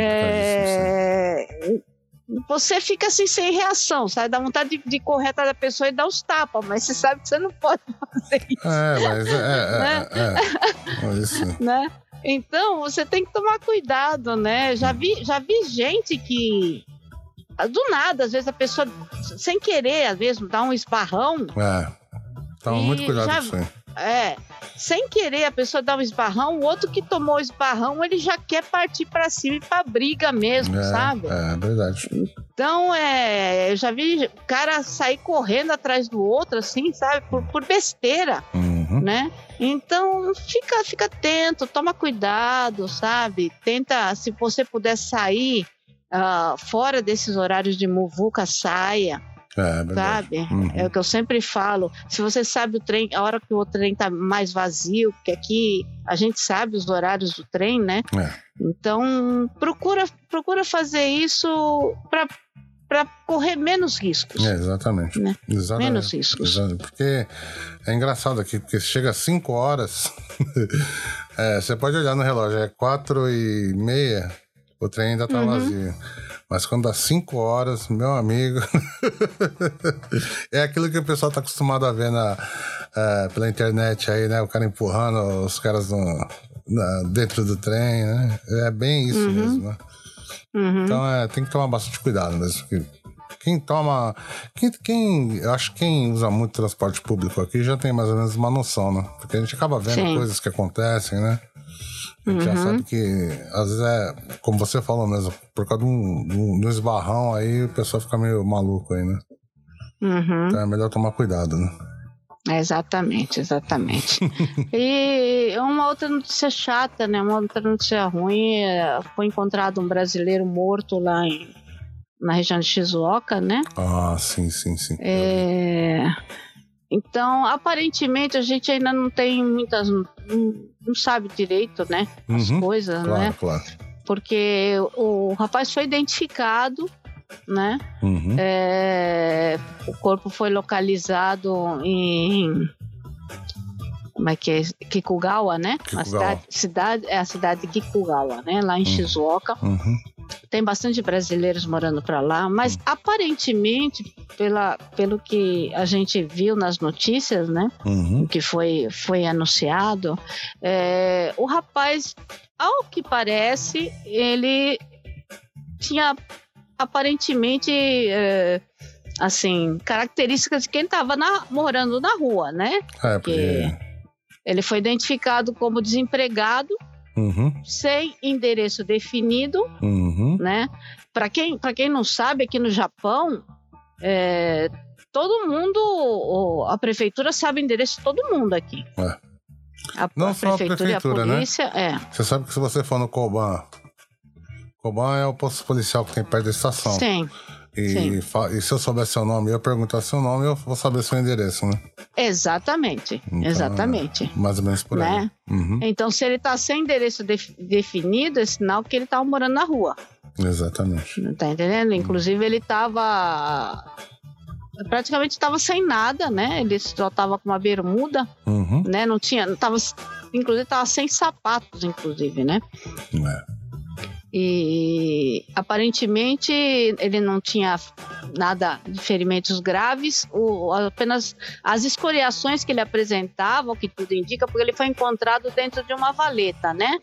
Você fica assim sem reação, sabe? Dá vontade de correr atrás da pessoa e dar os tapas, mas você sabe que você não pode fazer isso. Isso. Né? Então, você tem que tomar cuidado, né? Já vi gente que, do nada, às vezes a pessoa, sem querer, às vezes, dá um esbarrão. Toma muito cuidado com isso aí. Sem querer a pessoa dá um esbarrão, o outro que tomou o esbarrão, ele já quer partir pra cima e pra briga mesmo, sabe? É verdade. Então, eu já vi o cara sair correndo atrás do outro, assim, sabe? Por besteira, né? Então, fica atento, toma cuidado, sabe? Tenta, se você puder sair fora desses horários de muvuca, saia. Sabe? É o que eu sempre falo. Se você sabe o trem, a hora que o trem tá mais vazio, porque aqui a gente sabe os horários do trem, né? Então, procura fazer isso para correr menos riscos. Exatamente. Né? Menos riscos. Porque é engraçado aqui, porque chega às 5 horas, você pode olhar no relógio, é 4h30, o trem ainda tá vazio. Mas quando dá 5 horas, meu amigo, é aquilo que o pessoal tá acostumado a ver pela internet aí, né? O cara empurrando os caras dentro do trem, né? É bem isso mesmo, né? Então tem que tomar bastante cuidado mesmo. Eu acho que quem usa muito transporte público aqui já tem mais ou menos uma noção, né? Porque a gente acaba vendo coisas que acontecem, né? A gente já sabe que, às vezes, como você falou mesmo, por causa de um esbarrão aí, o pessoal fica meio maluco aí, né? Então é melhor tomar cuidado, né? Exatamente. E uma outra notícia chata, né? Uma outra notícia ruim, foi encontrado um brasileiro morto lá na região de Shizuoka, né? Sim. Então, aparentemente, a gente ainda não tem muitas... Não sabe direito, né? As coisas, né? Claro. Porque o rapaz foi identificado, né? O corpo foi localizado em... Como é que é? Kikugawa, né? A cidade de Kikugawa, né? Lá em Shizuoka. Tem bastante brasileiros morando para lá, mas aparentemente, pelo que a gente viu nas notícias, né? Que foi anunciado, o rapaz, ao que parece, ele tinha aparentemente assim, características de quem estava morando na rua, né? Porque ele foi identificado como desempregado, sem endereço definido, né? Para quem não sabe, aqui no Japão, todo mundo, a prefeitura sabe o endereço de todo mundo aqui. Não só a prefeitura, e a polícia, né? Você sabe que se você for no Koban é o posto policial que tem perto da estação. Sim. E se eu souber seu nome, eu perguntar seu nome, eu vou saber seu endereço, né? Exatamente. Mais ou menos por aí. Então, se ele tá sem endereço definido, é sinal que ele tá morando na rua. Exatamente. Tá entendendo? Inclusive, ele praticamente estava sem nada, né? Ele só tava com uma bermuda, né? Inclusive, tava sem sapatos, inclusive, né? E aparentemente ele não tinha nada de ferimentos graves, apenas as escoriações que ele apresentava, o que tudo indica, porque ele foi encontrado dentro de uma valeta, né?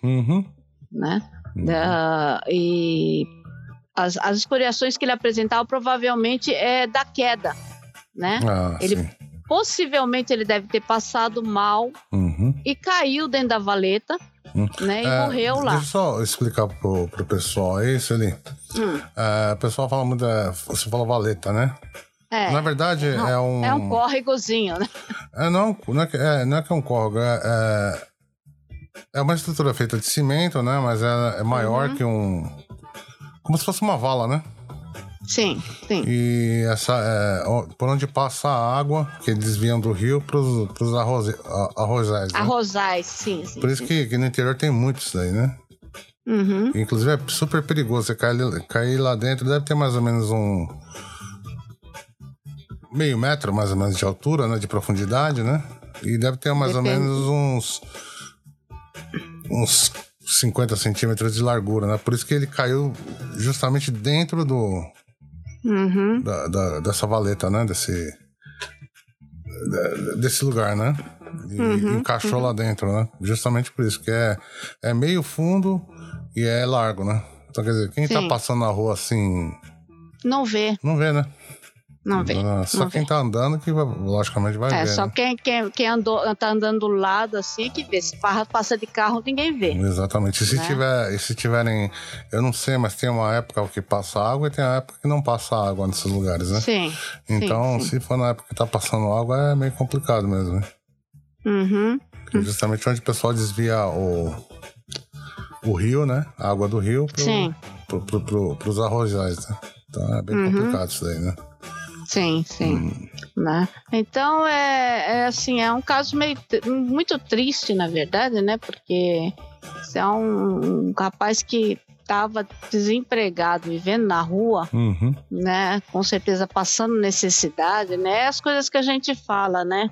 E as escoriações que ele apresentava provavelmente é da queda, né? Possivelmente ele deve ter passado mal e caiu dentro da valeta, né? E morreu lá. Deixa eu só explicar pro pessoal aí, Sueli. O pessoal fala muito, você fala valeta, né? Na verdade, é um córregozinho, né? Não é que é um córrego, é uma estrutura feita de cimento, né? Mas é maior que como se fosse uma vala, né? Sim. E por onde passa a água, que desviam do rio pros arrozais. Né? Arrozais, sim. Por isso que no interior tem muito isso daí, né? Inclusive é super perigoso. Você cair lá dentro, deve ter mais ou menos meio metro, mais ou menos, de altura, né? De profundidade, né? E deve ter mais ou menos uns 50 centímetros de largura, né? Por isso que ele caiu justamente dentro dessa valeta, né? Desse lugar, né? encaixou lá dentro, né? Justamente por isso, que é meio fundo e é largo, né? Então, quer dizer, quem tá passando na rua assim... Não vê. Não vê, né? Não vê. Só não quem vê. tá andando que, logicamente, vai ver. Só né? quem tá andando do lado, assim, que vê. Se passa de carro, ninguém vê. Exatamente. E se tiverem... Eu não sei, mas tem uma época que passa água e tem a época que não passa água nesses lugares, né? Sim. Então, sim. se for na época que tá passando água, é meio complicado mesmo, né? Porque justamente onde o pessoal desvia o rio, né? A água do rio pros arrozais, né? Então é bem complicado isso daí, né? Sim. Né? Então assim, é um caso muito triste, na verdade, né? Porque você é um rapaz que estava desempregado, vivendo na rua, né? Com certeza passando necessidade, né? As coisas que a gente fala, né?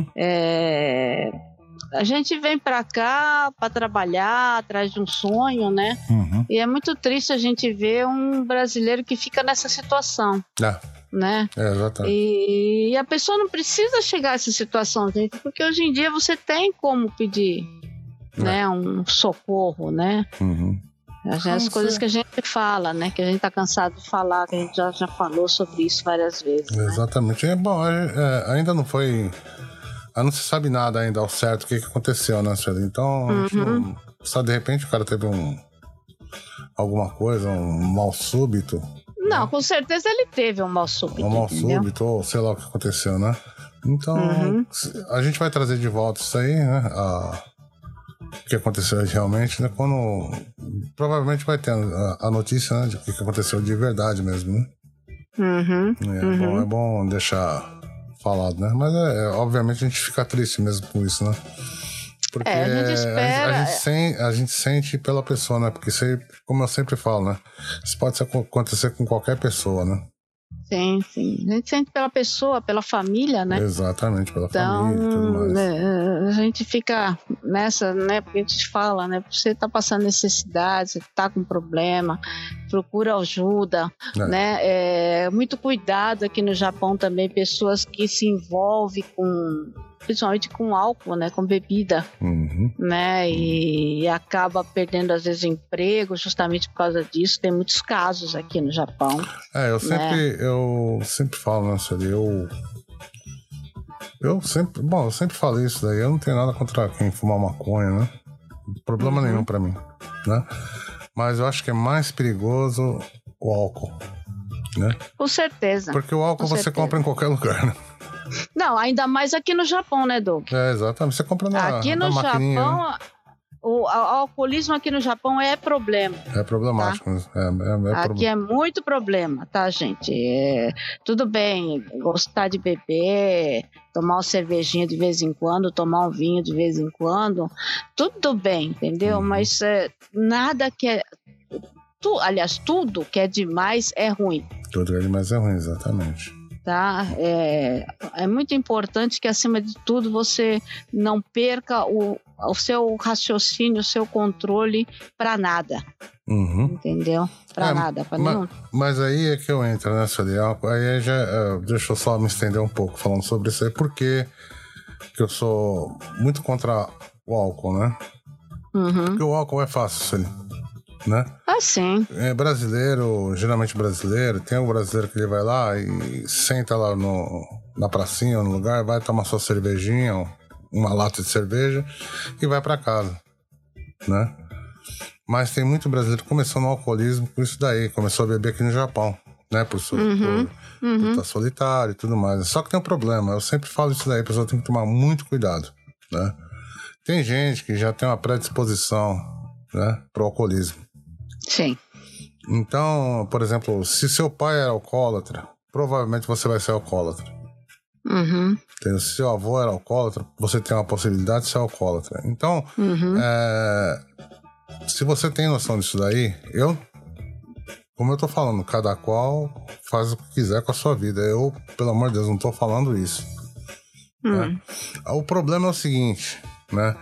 A gente vem para cá para trabalhar atrás de um sonho, né? E é muito triste a gente ver um brasileiro que fica nessa situação. Né? Exatamente. E a pessoa não precisa chegar a essa situação, gente, porque hoje em dia você tem como pedir, né, um socorro, né? As coisas que a gente fala, né? Que a gente tá cansado de falar, que a gente já falou sobre isso várias vezes. Exatamente. Né? Bom, ainda não foi... Não se sabe nada ainda ao certo o que aconteceu, né, senhora? Então, a gente não... Só de repente o cara teve alguma coisa, um mal súbito. Não, com certeza ele teve um mal súbito. Um mal súbito, ou sei lá o que aconteceu, né? Então, a gente vai trazer de volta isso aí, né? O que aconteceu realmente, né? Quando provavelmente vai ter a notícia, né? De o que aconteceu de verdade mesmo, né? É bom deixar falado, né? Mas obviamente a gente fica triste mesmo com isso, né? Porque a gente espera... a gente sente pela pessoa, né? Porque isso aí, como eu sempre falo, né? Isso pode acontecer com qualquer pessoa, né? Sim. A gente sente pela pessoa, pela família, né? Exatamente, pela família e tudo mais. A gente fica nessa, né? Porque a gente fala, né? Você tá passando necessidade, você tá com problema, procura ajuda, né? Muito cuidado aqui no Japão também, pessoas que se envolvem principalmente com álcool, né, com bebida, né, e acaba perdendo às vezes emprego justamente por causa disso. Tem muitos casos aqui no Japão. Eu sempre falo, né, Sueli, eu sempre falei isso daí. Eu não tenho nada contra quem fuma maconha, né? Problema nenhum pra mim, né? Mas eu acho que é mais perigoso o álcool, né? Com certeza. Porque o álcool você compra em qualquer lugar, né? Não, ainda mais aqui no Japão, né, Doug? Exatamente. Você compra aqui no Japão, né? O alcoolismo aqui no Japão é problema. É problemático. Tá? Aqui é muito problema, tá, gente? Tudo bem, gostar de beber, tomar uma cervejinha de vez em quando, tomar um vinho de vez em quando, tudo bem, entendeu? Mas nada que é... aliás, tudo que é demais é ruim. Tudo que é demais é ruim, exatamente. Tá? É muito importante que, acima de tudo, você não perca o seu raciocínio, o seu controle para nada. Entendeu? Para nada. Mas aí é que eu entro, né, Sueli? Aí deixa eu só me estender um pouco falando sobre isso aí, porque eu sou muito contra o álcool, né? Porque o álcool é fácil, Sueli. Né? Sim. Geralmente brasileiro, tem um brasileiro que ele vai lá e senta lá na pracinha, no lugar, vai tomar sua cervejinha, uma lata de cerveja e vai pra casa, né? Mas tem muito brasileiro que começou no alcoolismo por isso daí, começou a beber aqui no Japão, né? Por estar solitário e tudo mais. Só que tem um problema, eu sempre falo isso daí, a pessoa tem que tomar muito cuidado, né? Tem gente que já tem uma predisposição, né, pro alcoolismo. Sim. Então, por exemplo, se seu pai era alcoólatra, provavelmente você vai ser alcoólatra. Se seu avô era alcoólatra, você tem uma possibilidade de ser alcoólatra. Então, se você tem noção disso daí, como eu tô falando, cada qual faz o que quiser com a sua vida. Eu, pelo amor de Deus, não tô falando isso. Né? O problema é o seguinte, né?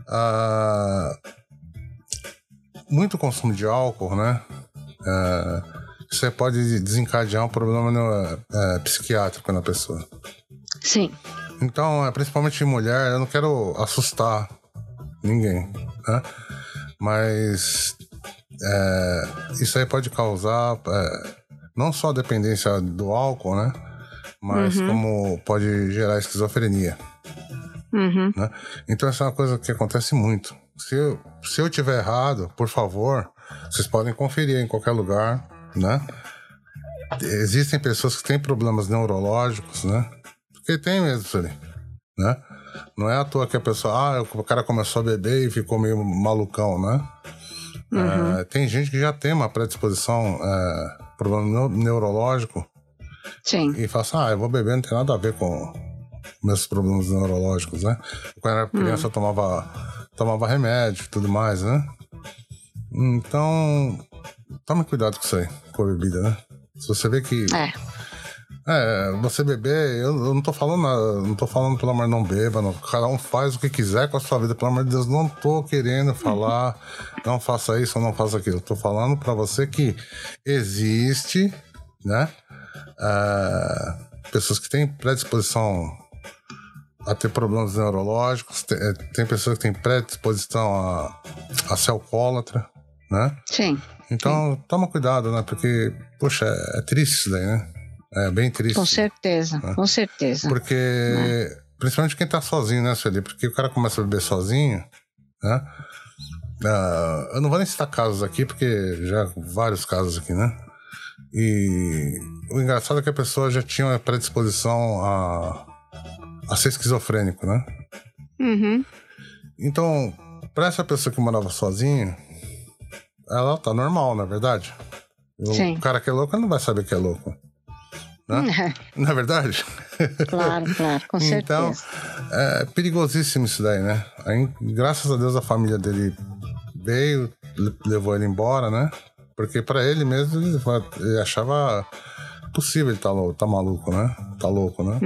Muito consumo de álcool, né? Você pode desencadear um problema psiquiátrico na pessoa. Sim. Então, principalmente mulher, eu não quero assustar ninguém, né? Mas isso aí pode causar não só a dependência do álcool, né? Mas como pode gerar esquizofrenia. Né? Então essa é uma coisa que acontece muito. Se eu tiver errado, por favor, vocês podem conferir em qualquer lugar, né? Existem pessoas que têm problemas neurológicos, né? Porque tem mesmo isso ali, né? Não é à toa que a pessoa, o cara começou a beber e ficou meio malucão, né? Tem gente que já tem uma predisposição, problema neurológico. Sim. E fala assim, eu vou beber, não tem nada a ver com meus problemas neurológicos, né? Quando eu era criança eu tomava remédio e tudo mais, né? Então, tome cuidado com isso aí, com a bebida, né? Se você vê que... você beber, eu não tô falando nada, não tô falando, pelo amor, não beba, não. Cada um faz o que quiser com a sua vida, pelo amor de Deus, não tô querendo falar, não faça isso ou não faça aquilo. Eu tô falando pra você que existe, né? Pessoas que têm predisposição a ter problemas neurológicos, tem pessoas que têm predisposição a ser alcoólatra, né? Sim. Então, toma cuidado, né? Porque, poxa, é triste isso daí, né? É bem triste. Com certeza, né? Com certeza. Porque, principalmente quem tá sozinho, né, Sueli? Porque o cara começa a beber sozinho, né? Eu não vou nem citar casos aqui, porque já vários casos aqui, né? E o engraçado é que a pessoa já tinha uma predisposição a ser esquizofrênico, né? Então, pra essa pessoa que morava sozinha, ela tá normal, na verdade. Sim. O cara que é louco, ele não vai saber que é louco. Né? Não é verdade? Claro, com certeza. Então, é perigosíssimo isso daí, né? Aí, graças a Deus, a família dele veio, levou ele embora, né? Porque pra ele mesmo, ele achava possível ele tá maluco, né? Tá louco, né?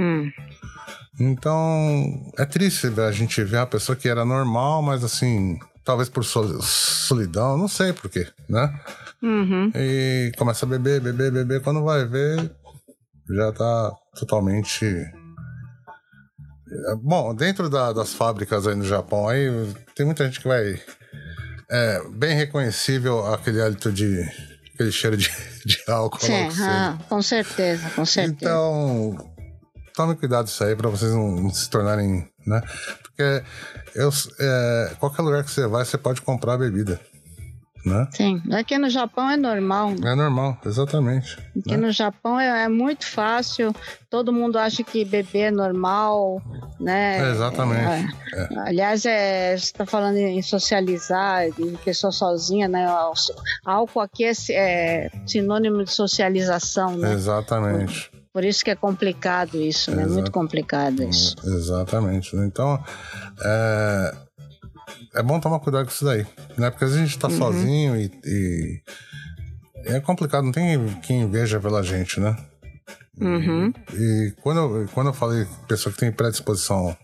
Então, é triste a gente ver a pessoa que era normal, mas assim, talvez por solidão, não sei por quê, né? E começa a beber, quando vai ver, já tá totalmente... Bom, dentro das fábricas aí no Japão, aí tem muita gente que vai... É bem reconhecível aquele hálito aquele cheiro de álcool. Sim, com certeza. Então, tome cuidado disso aí pra vocês não se tornarem, né? Porque qualquer lugar que você vai, você pode comprar bebida, né? Sim, aqui no Japão é normal. É normal, exatamente. Aqui no Japão é muito fácil, todo mundo acha que beber é normal, né? Exatamente. Aliás, você está falando em socializar, em pessoa sozinha, né? Álcool aqui é sinônimo de socialização, né? Exatamente. Por isso que é complicado isso, né? Muito complicado isso. Exatamente. Então, é bom tomar cuidado com isso daí, né? Porque às vezes a gente tá sozinho e é complicado, não tem quem veja pela gente, né? E quando eu falei pessoa que tem predisposição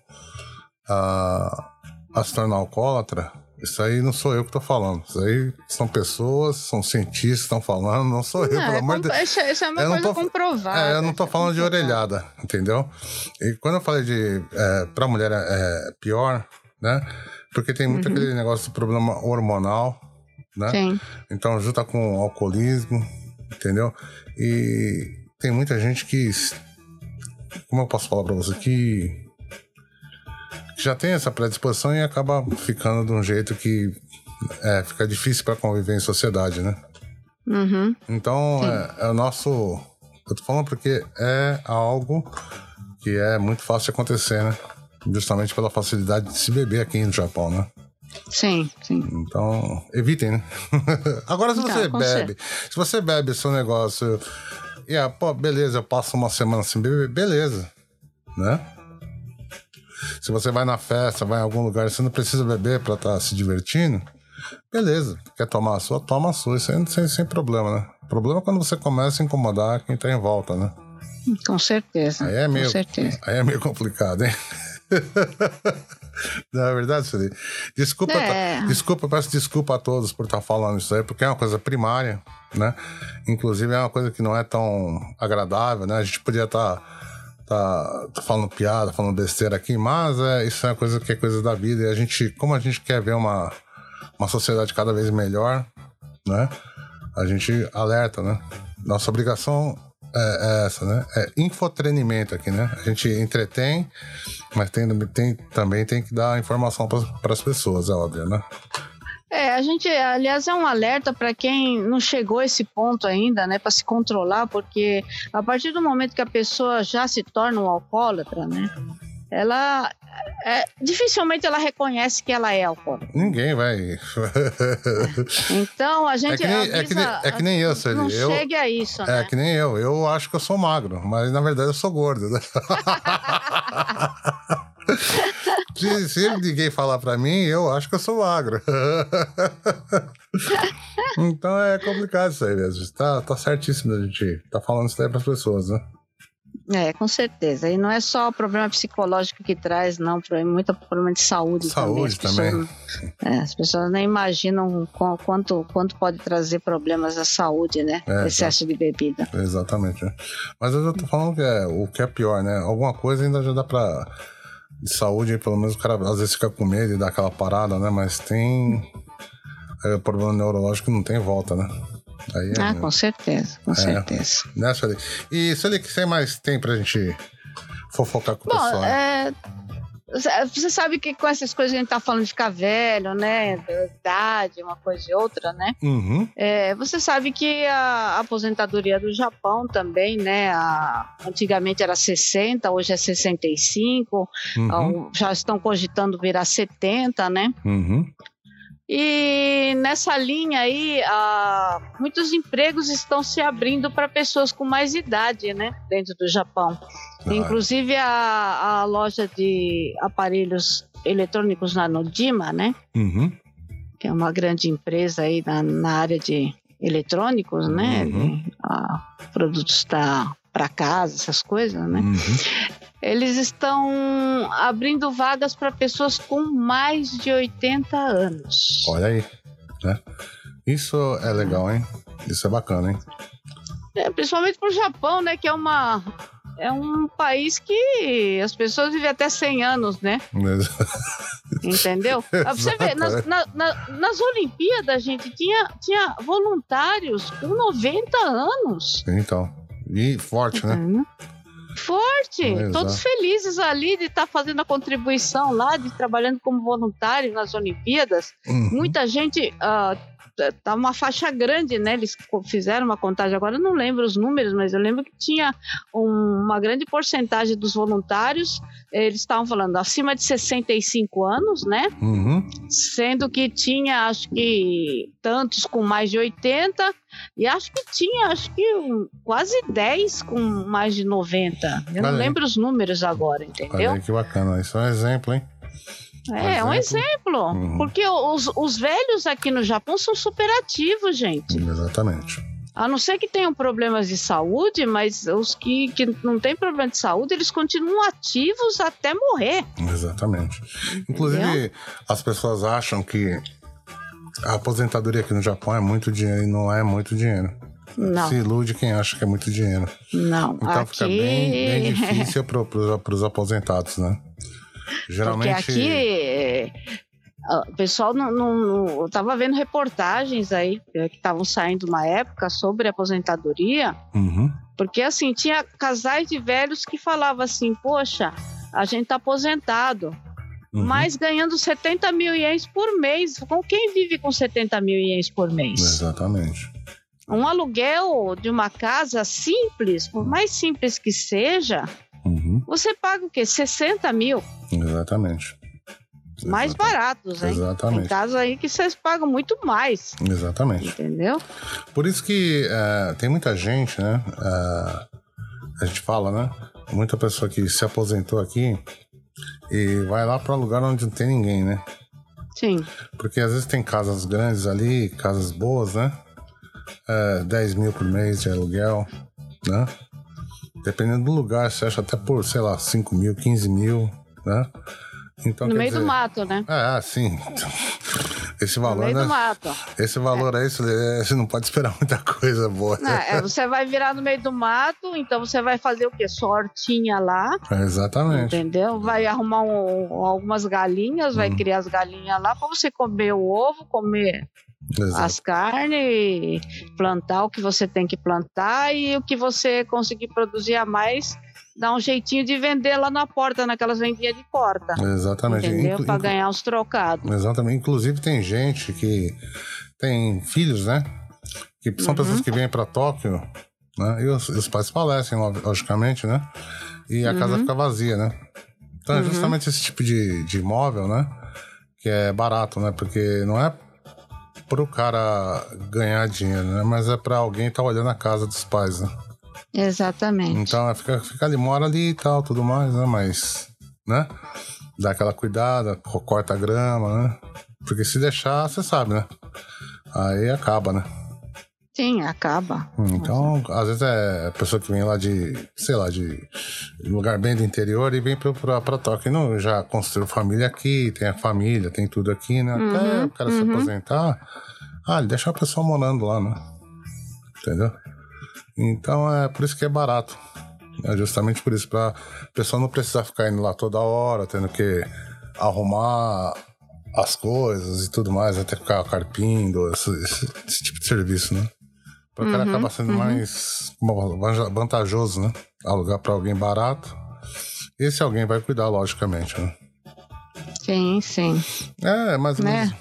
a se tornar alcoólatra, isso aí não sou eu que tô falando. Isso aí são pessoas, são cientistas que estão falando, não sou eu, pelo amor de Deus. Isso é uma coisa comprovada. Eu não tô falando de orelhada, entendeu? E quando eu falei pra mulher é pior, né? Porque tem muito aquele negócio do problema hormonal, né? Sim. Então, junta com o alcoolismo, entendeu? E tem muita gente que... Como eu posso falar pra você? Que já tem essa predisposição e acaba ficando de um jeito que fica difícil pra conviver em sociedade, né? Então, é o nosso... Eu tô falando porque é algo que é muito fácil de acontecer, né? Justamente pela facilidade de se beber aqui no Japão, né? Sim. Então, evitem, né? Agora, se você bebe o seu negócio beleza, eu passo uma semana sem beber, beleza, né? Se você vai na festa, vai em algum lugar, você não precisa beber pra estar se divertindo, beleza. Quer tomar a sua, toma a sua, isso aí sem problema, né? O problema é quando você começa a incomodar quem tá em volta, né? Com certeza. Aí é meio complicado, hein? Não é verdade, Sueli? Desculpa, peço desculpa a todos por estar falando isso aí, porque é uma coisa primária, né? Inclusive é uma coisa que não é tão agradável, né? A gente podia estar tá falando piada, falando besteira aqui, mas isso é coisa que é coisa da vida. E como a gente quer ver uma sociedade cada vez melhor, né? A gente alerta, né? Nossa obrigação é essa, né? É infotenimento aqui, né? A gente entretém, mas também tem que dar informação para as pessoas, é óbvio, né? A gente, aliás, é um alerta para quem não chegou a esse ponto ainda, né, para se controlar, porque a partir do momento que a pessoa já se torna um alcoólatra, né, ela dificilmente ela reconhece que ela é alcoólatra. Ninguém vai. Então a gente é que nem eu, Sueli. Não chegue a isso, né? É que nem eu. Eu acho que eu sou magro, mas na verdade eu sou gordo, né? Se ninguém falar pra mim, eu acho que eu sou magro. Então é complicado isso aí mesmo. Tá certíssimo a gente tá falando isso aí pras pessoas, né? Com certeza. E não é só o problema psicológico que traz, não. Muito problema de saúde também. As pessoas nem imaginam quanto pode trazer problemas à saúde, né? Excesso de bebida. Exatamente. Mas eu tô falando que o que é pior, né? Alguma coisa ainda já dá pra... De saúde, pelo menos o cara às vezes fica com medo e dá aquela parada, né? Mas tem problema neurológico que não tem volta, né? Aí com certeza, com certeza. Né, Sueli? E, Sueli, o que você mais tem pra gente fofocar com o pessoal? Você sabe que com essas coisas a gente tá falando de ficar velho, né? Da idade, uma coisa e outra, né? Uhum. Você sabe que a aposentadoria do Japão também, né? Antigamente era 60, hoje é 65. Já estão cogitando virar 70, né? Uhum. E nessa linha aí, muitos empregos estão se abrindo para pessoas com mais idade, né? Dentro do Japão. Inclusive a loja de aparelhos eletrônicos na Nojima, né? Uhum. Que é uma grande empresa aí na área de eletrônicos, né? Produtos para casa, essas coisas, né? Uhum. Eles estão abrindo vagas para pessoas com mais de 80 anos. Olha aí, né? Isso é legal, hein? Isso é bacana, hein? Principalmente para o Japão, né? Que é um país que as pessoas vivem até 100 anos, né? Entendeu? Você vê, nas Olimpíadas, gente, tinha voluntários com 90 anos. Então, e forte, né? Forte, todos felizes ali de estar fazendo a contribuição lá, de trabalhando como voluntário nas Olimpíadas. Muita gente, tá uma faixa grande, né? Eles fizeram uma contagem, agora eu não lembro os números, mas eu lembro que tinha uma grande porcentagem dos voluntários, eles estavam falando acima de 65 anos, né? Sendo que tinha, acho que tantos com mais de 80, e acho que quase 10 com mais de 90. Eu não lembro os números agora, entendeu? Olha que bacana, isso é um exemplo, hein? Um exemplo. Porque os velhos aqui no Japão são super ativos, gente. Exatamente. A não ser que tenham problemas de saúde, mas os que não têm problema de saúde, eles continuam ativos até morrer. Exatamente. Inclusive, as pessoas acham que a aposentadoria aqui no Japão é muito dinheiro e não é muito dinheiro. Não. Se ilude quem acha que é muito dinheiro. Não. Então aqui... fica bem difícil para os aposentados, né? Geralmente... Porque aqui o pessoal eu estava vendo reportagens aí que estavam saindo uma época sobre aposentadoria, porque assim, tinha casais de velhos que falavam assim, poxa, a gente tá aposentado, mas ganhando 70 mil ienes por mês. Com quem vive com 70 mil ienes por mês? Exatamente. Um aluguel de uma casa simples, por mais simples que seja, você paga o quê? 60 mil? Exatamente. Mais baratos, hein? Exatamente. Tem casos aí que vocês pagam muito mais. Exatamente. Entendeu? Por isso que tem muita gente, né? A gente fala, né? Muita pessoa que se aposentou aqui e vai lá para lugar onde não tem ninguém, né? Sim. Porque às vezes tem casas grandes ali, casas boas, né? 10 mil por mês de aluguel, né? Dependendo do lugar, você acha até por, sei lá, 5 mil, 15 mil, né? Então, no meio do mato, né? Sim. Esse valor, no meio do mato. Esse valor aí, você não pode esperar muita coisa boa. Não, você vai virar no meio do mato, então você vai fazer o quê? Sua hortinha lá. Exatamente. Entendeu? Vai arrumar algumas galinhas, vai criar as galinhas lá para você comer o ovo, comer as carnes, plantar o que você tem que plantar e o que você conseguir produzir a mais, dá um jeitinho de vender lá na porta, naquelas vendinhas de porta. Exatamente. Entendeu? Para ganhar uns trocados. Exatamente. Inclusive tem gente que tem filhos, né? Que são pessoas que vêm para Tóquio, né? E os pais falecem, logicamente, né? E a casa fica vazia, né? Então é justamente esse tipo de imóvel, né? Que é barato, né? Porque não é pro cara ganhar dinheiro, né? Mas é pra alguém estar olhando a casa dos pais, né? Exatamente. Então fica ali, mora ali e tal, tudo mais, né? Mas, né? Dá aquela cuidada, corta a grama, né? Porque se deixar, você sabe, né? Aí acaba, né? Sim, acaba. Então, às vezes é a pessoa que vem lá de, sei lá, de lugar bem do interior e vem pra Tóquio. Não, já construiu família aqui, tem a família, tem tudo aqui, né? Até o cara se aposentar, ele deixa a pessoa morando lá, né? Entendeu? Então, é por isso que é barato. É justamente por isso, pra pessoa não precisar ficar indo lá toda hora, tendo que arrumar as coisas e tudo mais, até ficar carpindo, esse tipo de serviço, né? Para o cara acaba sendo mais vantajoso, né? Alugar para alguém barato. E esse alguém vai cuidar, logicamente, né? Sim. É mais ou menos.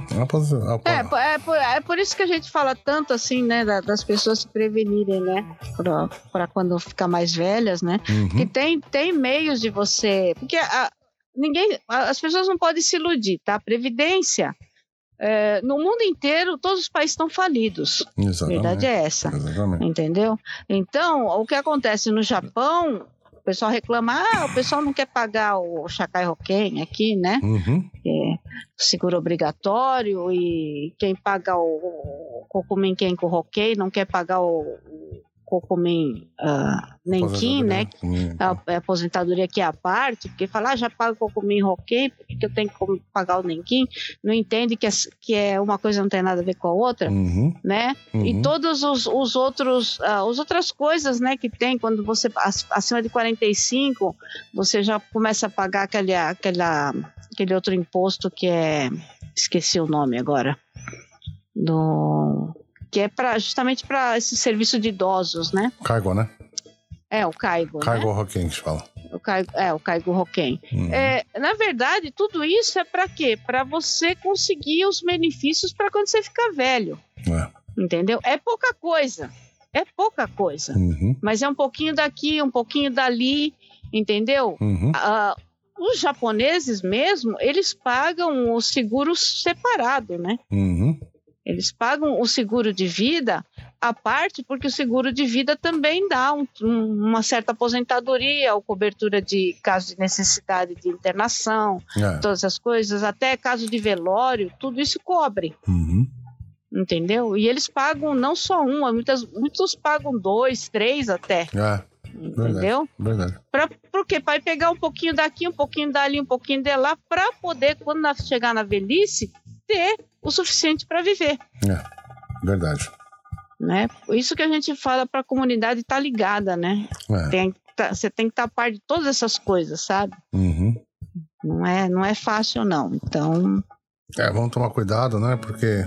É por isso que a gente fala tanto assim, né? Das pessoas se prevenirem, né? Para quando ficar mais velhas, né? Que tem meios de você... Porque as pessoas não podem se iludir, tá? A Previdência... no mundo inteiro, todos os países estão falidos. Exatamente. A verdade é essa. Exatamente. Entendeu? Então, o que acontece no Japão, o pessoal reclama, o pessoal não quer pagar o Shakai Hoken aqui, né? Seguro obrigatório, e quem paga o Kokumin Kenko Hoken não quer pagar o Kokumin Nenkin, né? A aposentadoria que é a parte, porque fala, já pago o Kokumin Hoken, por que eu tenho que pagar o Nenkin? Não entende que é uma coisa não tem nada a ver com a outra, né? E todos os outros, as outras coisas, né, que tem, quando você, acima de 45, você já começa a pagar aquele outro imposto que é, esqueci o nome agora, que é justamente para esse serviço de idosos, né? Kaigo, né? O Kaigo, Kaigo né? Hoken, que se fala. O Kaigo Hoken. Na verdade, tudo isso é para quê? Para você conseguir os benefícios para quando você ficar velho. Entendeu? É pouca coisa. Mas é um pouquinho daqui, um pouquinho dali, entendeu? Os japoneses mesmo, eles pagam o seguro separado, né? Eles pagam o seguro de vida à parte, porque o seguro de vida também dá uma certa aposentadoria, ou cobertura de caso de necessidade de internação, todas as coisas, até caso de velório, tudo isso cobre. Entendeu? E eles pagam não só muitos pagam 2, 3 até. Entendeu? Verdade. Por quê? Para pegar um pouquinho daqui, um pouquinho dali, um pouquinho de lá, para poder, quando chegar na velhice, ter o suficiente para viver. Verdade. Né? Isso que a gente fala para a comunidade estar ligada, né? Você tem que estar a par de todas essas coisas, sabe? Não é fácil, não. Então... vamos tomar cuidado, né? Porque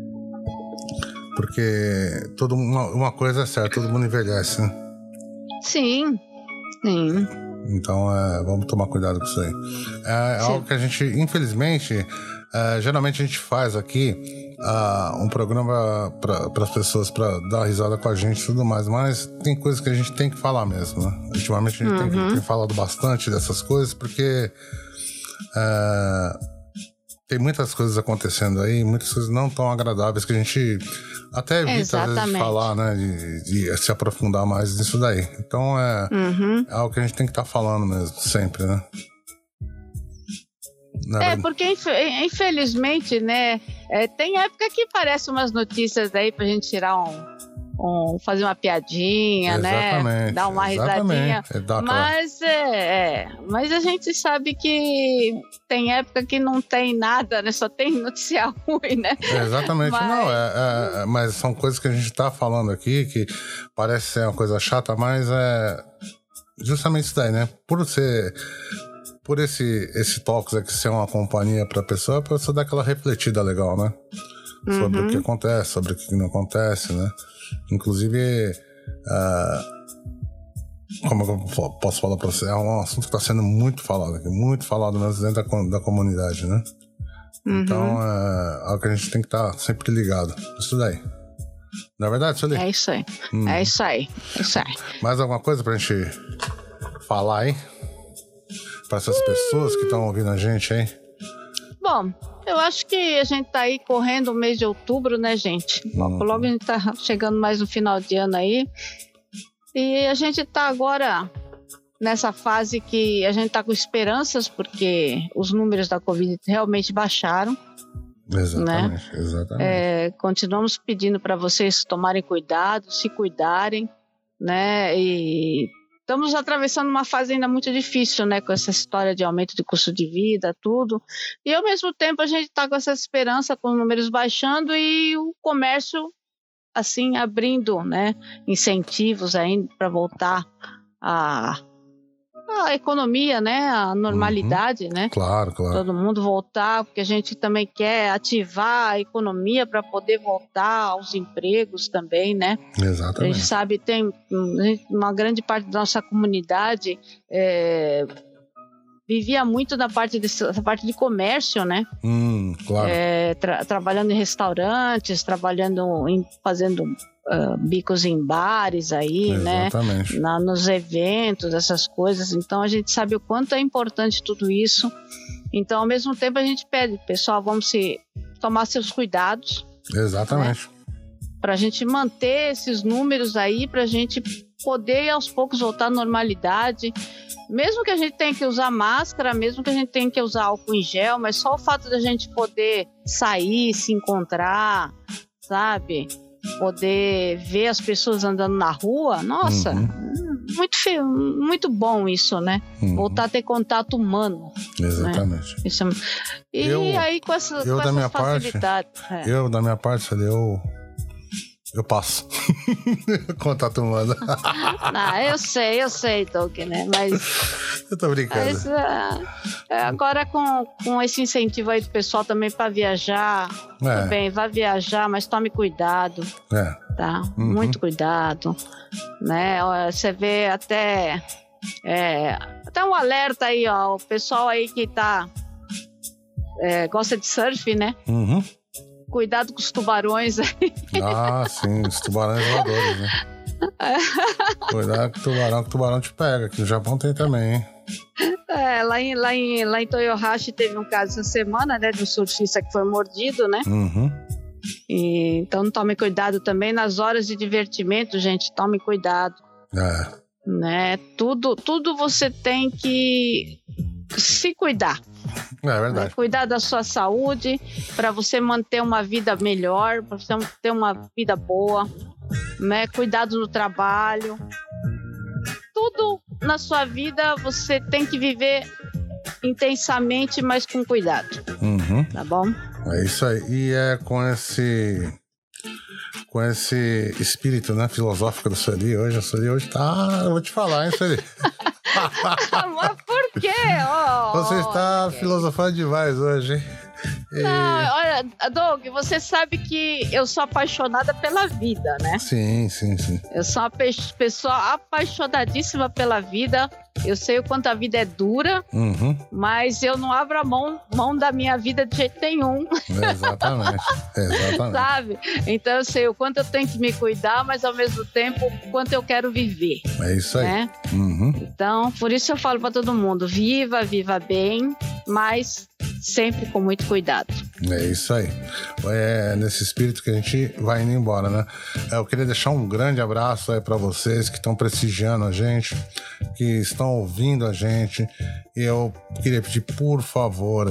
uma coisa é certa, todo mundo envelhece, né? Sim. Então, vamos tomar cuidado com isso aí. É algo que a gente, infelizmente, geralmente a gente faz aqui um programa para as pessoas, para dar risada com a gente e tudo mais, mas tem coisas que a gente tem que falar mesmo, né? Ultimamente a gente tem falado bastante dessas coisas, porque tem muitas coisas acontecendo aí, muitas coisas não tão agradáveis que a gente até evita às vezes de falar, né? De se aprofundar mais nisso daí. Então é algo que a gente tem que estar falando mesmo, sempre, né? Porque infelizmente, né? Tem época que aparecem umas notícias aí pra gente tirar fazer uma piadinha, né? Dar uma risadinha. Mas a gente sabe que tem época que não tem nada, né? Só tem notícia ruim, né? Exatamente. Mas são coisas que a gente tá falando aqui, que parece ser uma coisa chata, mas é justamente isso daí, né? Por esse tóx aqui ser uma companhia pra pessoa dar aquela refletida legal, né? Sobre o que acontece, sobre o que não acontece, né? Inclusive, como eu posso falar pra você, é um assunto que está sendo muito falado aqui, muito falado mesmo dentro da comunidade, né? Então, é algo que a gente tem que estar sempre ligado. Isso daí. Não é verdade, Sueli? É isso aí. É isso aí. Mais alguma coisa pra gente falar aí? Para essas pessoas que estão ouvindo a gente aí? Bom, eu acho que a gente tá aí correndo o mês de outubro, né, gente? Logo a gente tá chegando mais no final de ano aí. E a gente tá agora nessa fase que a gente tá com esperanças, porque os números da Covid realmente baixaram. Exatamente, né? Exatamente. Continuamos pedindo para vocês tomarem cuidado, se cuidarem, né? E estamos atravessando uma fase ainda muito difícil, né? Com essa história de aumento de custo de vida, tudo. E ao mesmo tempo a gente está com essa esperança, com os números baixando e o comércio, assim, abrindo, né? Incentivos ainda para voltar a economia, né? A normalidade, né? Claro. Todo mundo voltar, porque a gente também quer ativar a economia para poder voltar aos empregos também, né? Exatamente. A gente sabe, tem uma grande parte da nossa comunidade vivia muito na parte de comércio, né? Claro. Trabalhando em restaurantes, fazendo bicos em bares aí, exatamente, né? Nos eventos, essas coisas. Então a gente sabe o quanto é importante tudo isso. Então, ao mesmo tempo, a gente pede, pessoal, vamos tomar seus cuidados. Exatamente. Né? Para a gente manter esses números aí, para a gente poder aos poucos voltar à normalidade. Mesmo que a gente tenha que usar máscara, mesmo que a gente tenha que usar álcool em gel, mas só o fato da gente poder sair, se encontrar, sabe? Poder ver as pessoas andando na rua, nossa, muito bom isso, né? Voltar a ter contato humano. Exatamente. Né? Isso aí com essas facilidades. Eu, da minha parte, eu passo. Contato humano. Eu sei, Doug, né? Mas eu tô brincando. Mas, agora com esse incentivo aí do pessoal também para viajar, tudo bem, vá viajar, mas tome cuidado. Tá? Muito cuidado. Né? Você vê até um alerta aí, ó. O pessoal aí que gosta de surf, né? Cuidado com os tubarões aí. Sim, os tubarões voadores, né? Cuidado com o tubarão te pega. Aqui no Japão tem também, hein? Lá em Toyohashi teve um caso essa semana, né? De um surfista que foi mordido, né? Então tome cuidado também nas horas de divertimento, gente. Tome cuidado. Né? Tudo você tem que se cuidar. É verdade. Cuidar da sua saúde para você manter uma vida melhor, para você ter uma vida boa, né? Cuidado no trabalho. Tudo na sua vida você tem que viver intensamente, mas com cuidado. Tá bom? É isso aí. E com esse espírito, né, filosófico da Sueli hoje. A Sueli hoje tá... Eu vou te falar, hein, Sueli? Mas por quê? Você está filosofando demais hoje, hein? Não, olha, Doug, você sabe que eu sou apaixonada pela vida, né? Sim. Eu sou uma pessoa apaixonadíssima pela vida. Eu sei o quanto a vida é dura, mas eu não abro a mão da minha vida de jeito nenhum. Exatamente. Sabe? Então eu sei o quanto eu tenho que me cuidar, mas ao mesmo tempo o quanto eu quero viver. É isso aí. Né? Então, por isso eu falo para todo mundo, viva bem, mas sempre com muito cuidado. É isso aí. É nesse espírito que a gente vai indo embora, né? Eu queria deixar um grande abraço aí para vocês que estão prestigiando a gente, que estão ouvindo a gente. E eu queria pedir, por favor,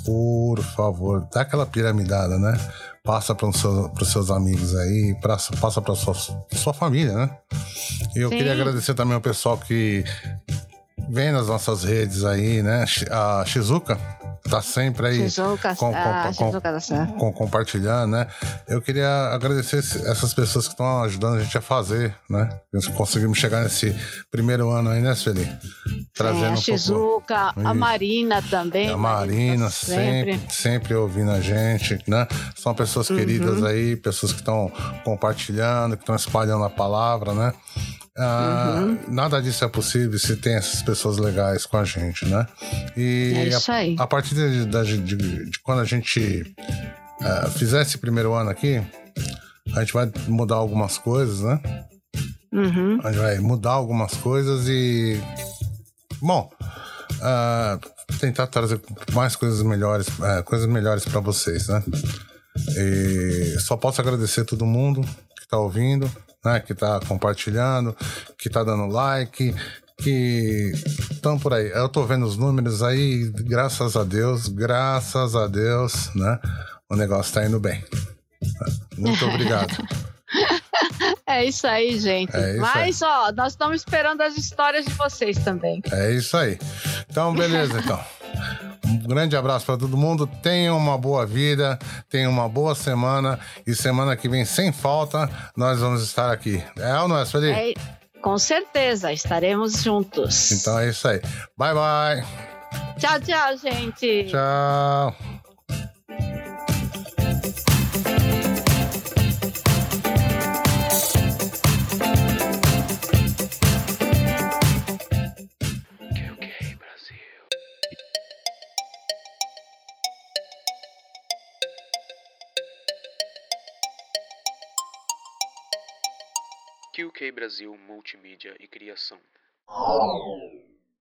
dá aquela piramidada, né? Passa para os seus amigos aí, passa para sua família, né? E eu queria agradecer também ao pessoal que vem nas nossas redes aí, né? A Shizuka tá sempre aí compartilhando, né? Eu queria agradecer essas pessoas que estão ajudando a gente a fazer, né? Conseguimos chegar nesse primeiro ano aí, né, Sueli? Trazendo a Shizuka, a Marina também. A Marina sempre ouvindo a gente, né? São pessoas queridas aí, pessoas que estão compartilhando, que estão espalhando a palavra, né? Nada disso é possível se tem essas pessoas legais com a gente, né? E é isso aí. A partir de quando a gente fizer esse primeiro ano aqui, a gente vai mudar algumas coisas, né? A gente vai mudar algumas coisas e... Bom, tentar trazer mais coisas melhores para vocês, né? E só posso agradecer todo mundo que tá ouvindo, né, que tá compartilhando, que tá dando like, que estão por aí. Eu tô vendo os números aí, graças a Deus, né? O negócio tá indo bem. Muito obrigado. É isso aí, gente. Mas, ó, nós estamos esperando as histórias de vocês também. É isso aí. Então, beleza, então. Um grande abraço para todo mundo. Tenham uma boa vida, tenham uma boa semana. E semana que vem, sem falta, nós vamos estar aqui. É ou não é, Sueli? Com certeza, estaremos juntos. Então é isso aí. Bye, bye. Tchau, tchau, gente. Tchau. QK Brasil Multimídia e Criação.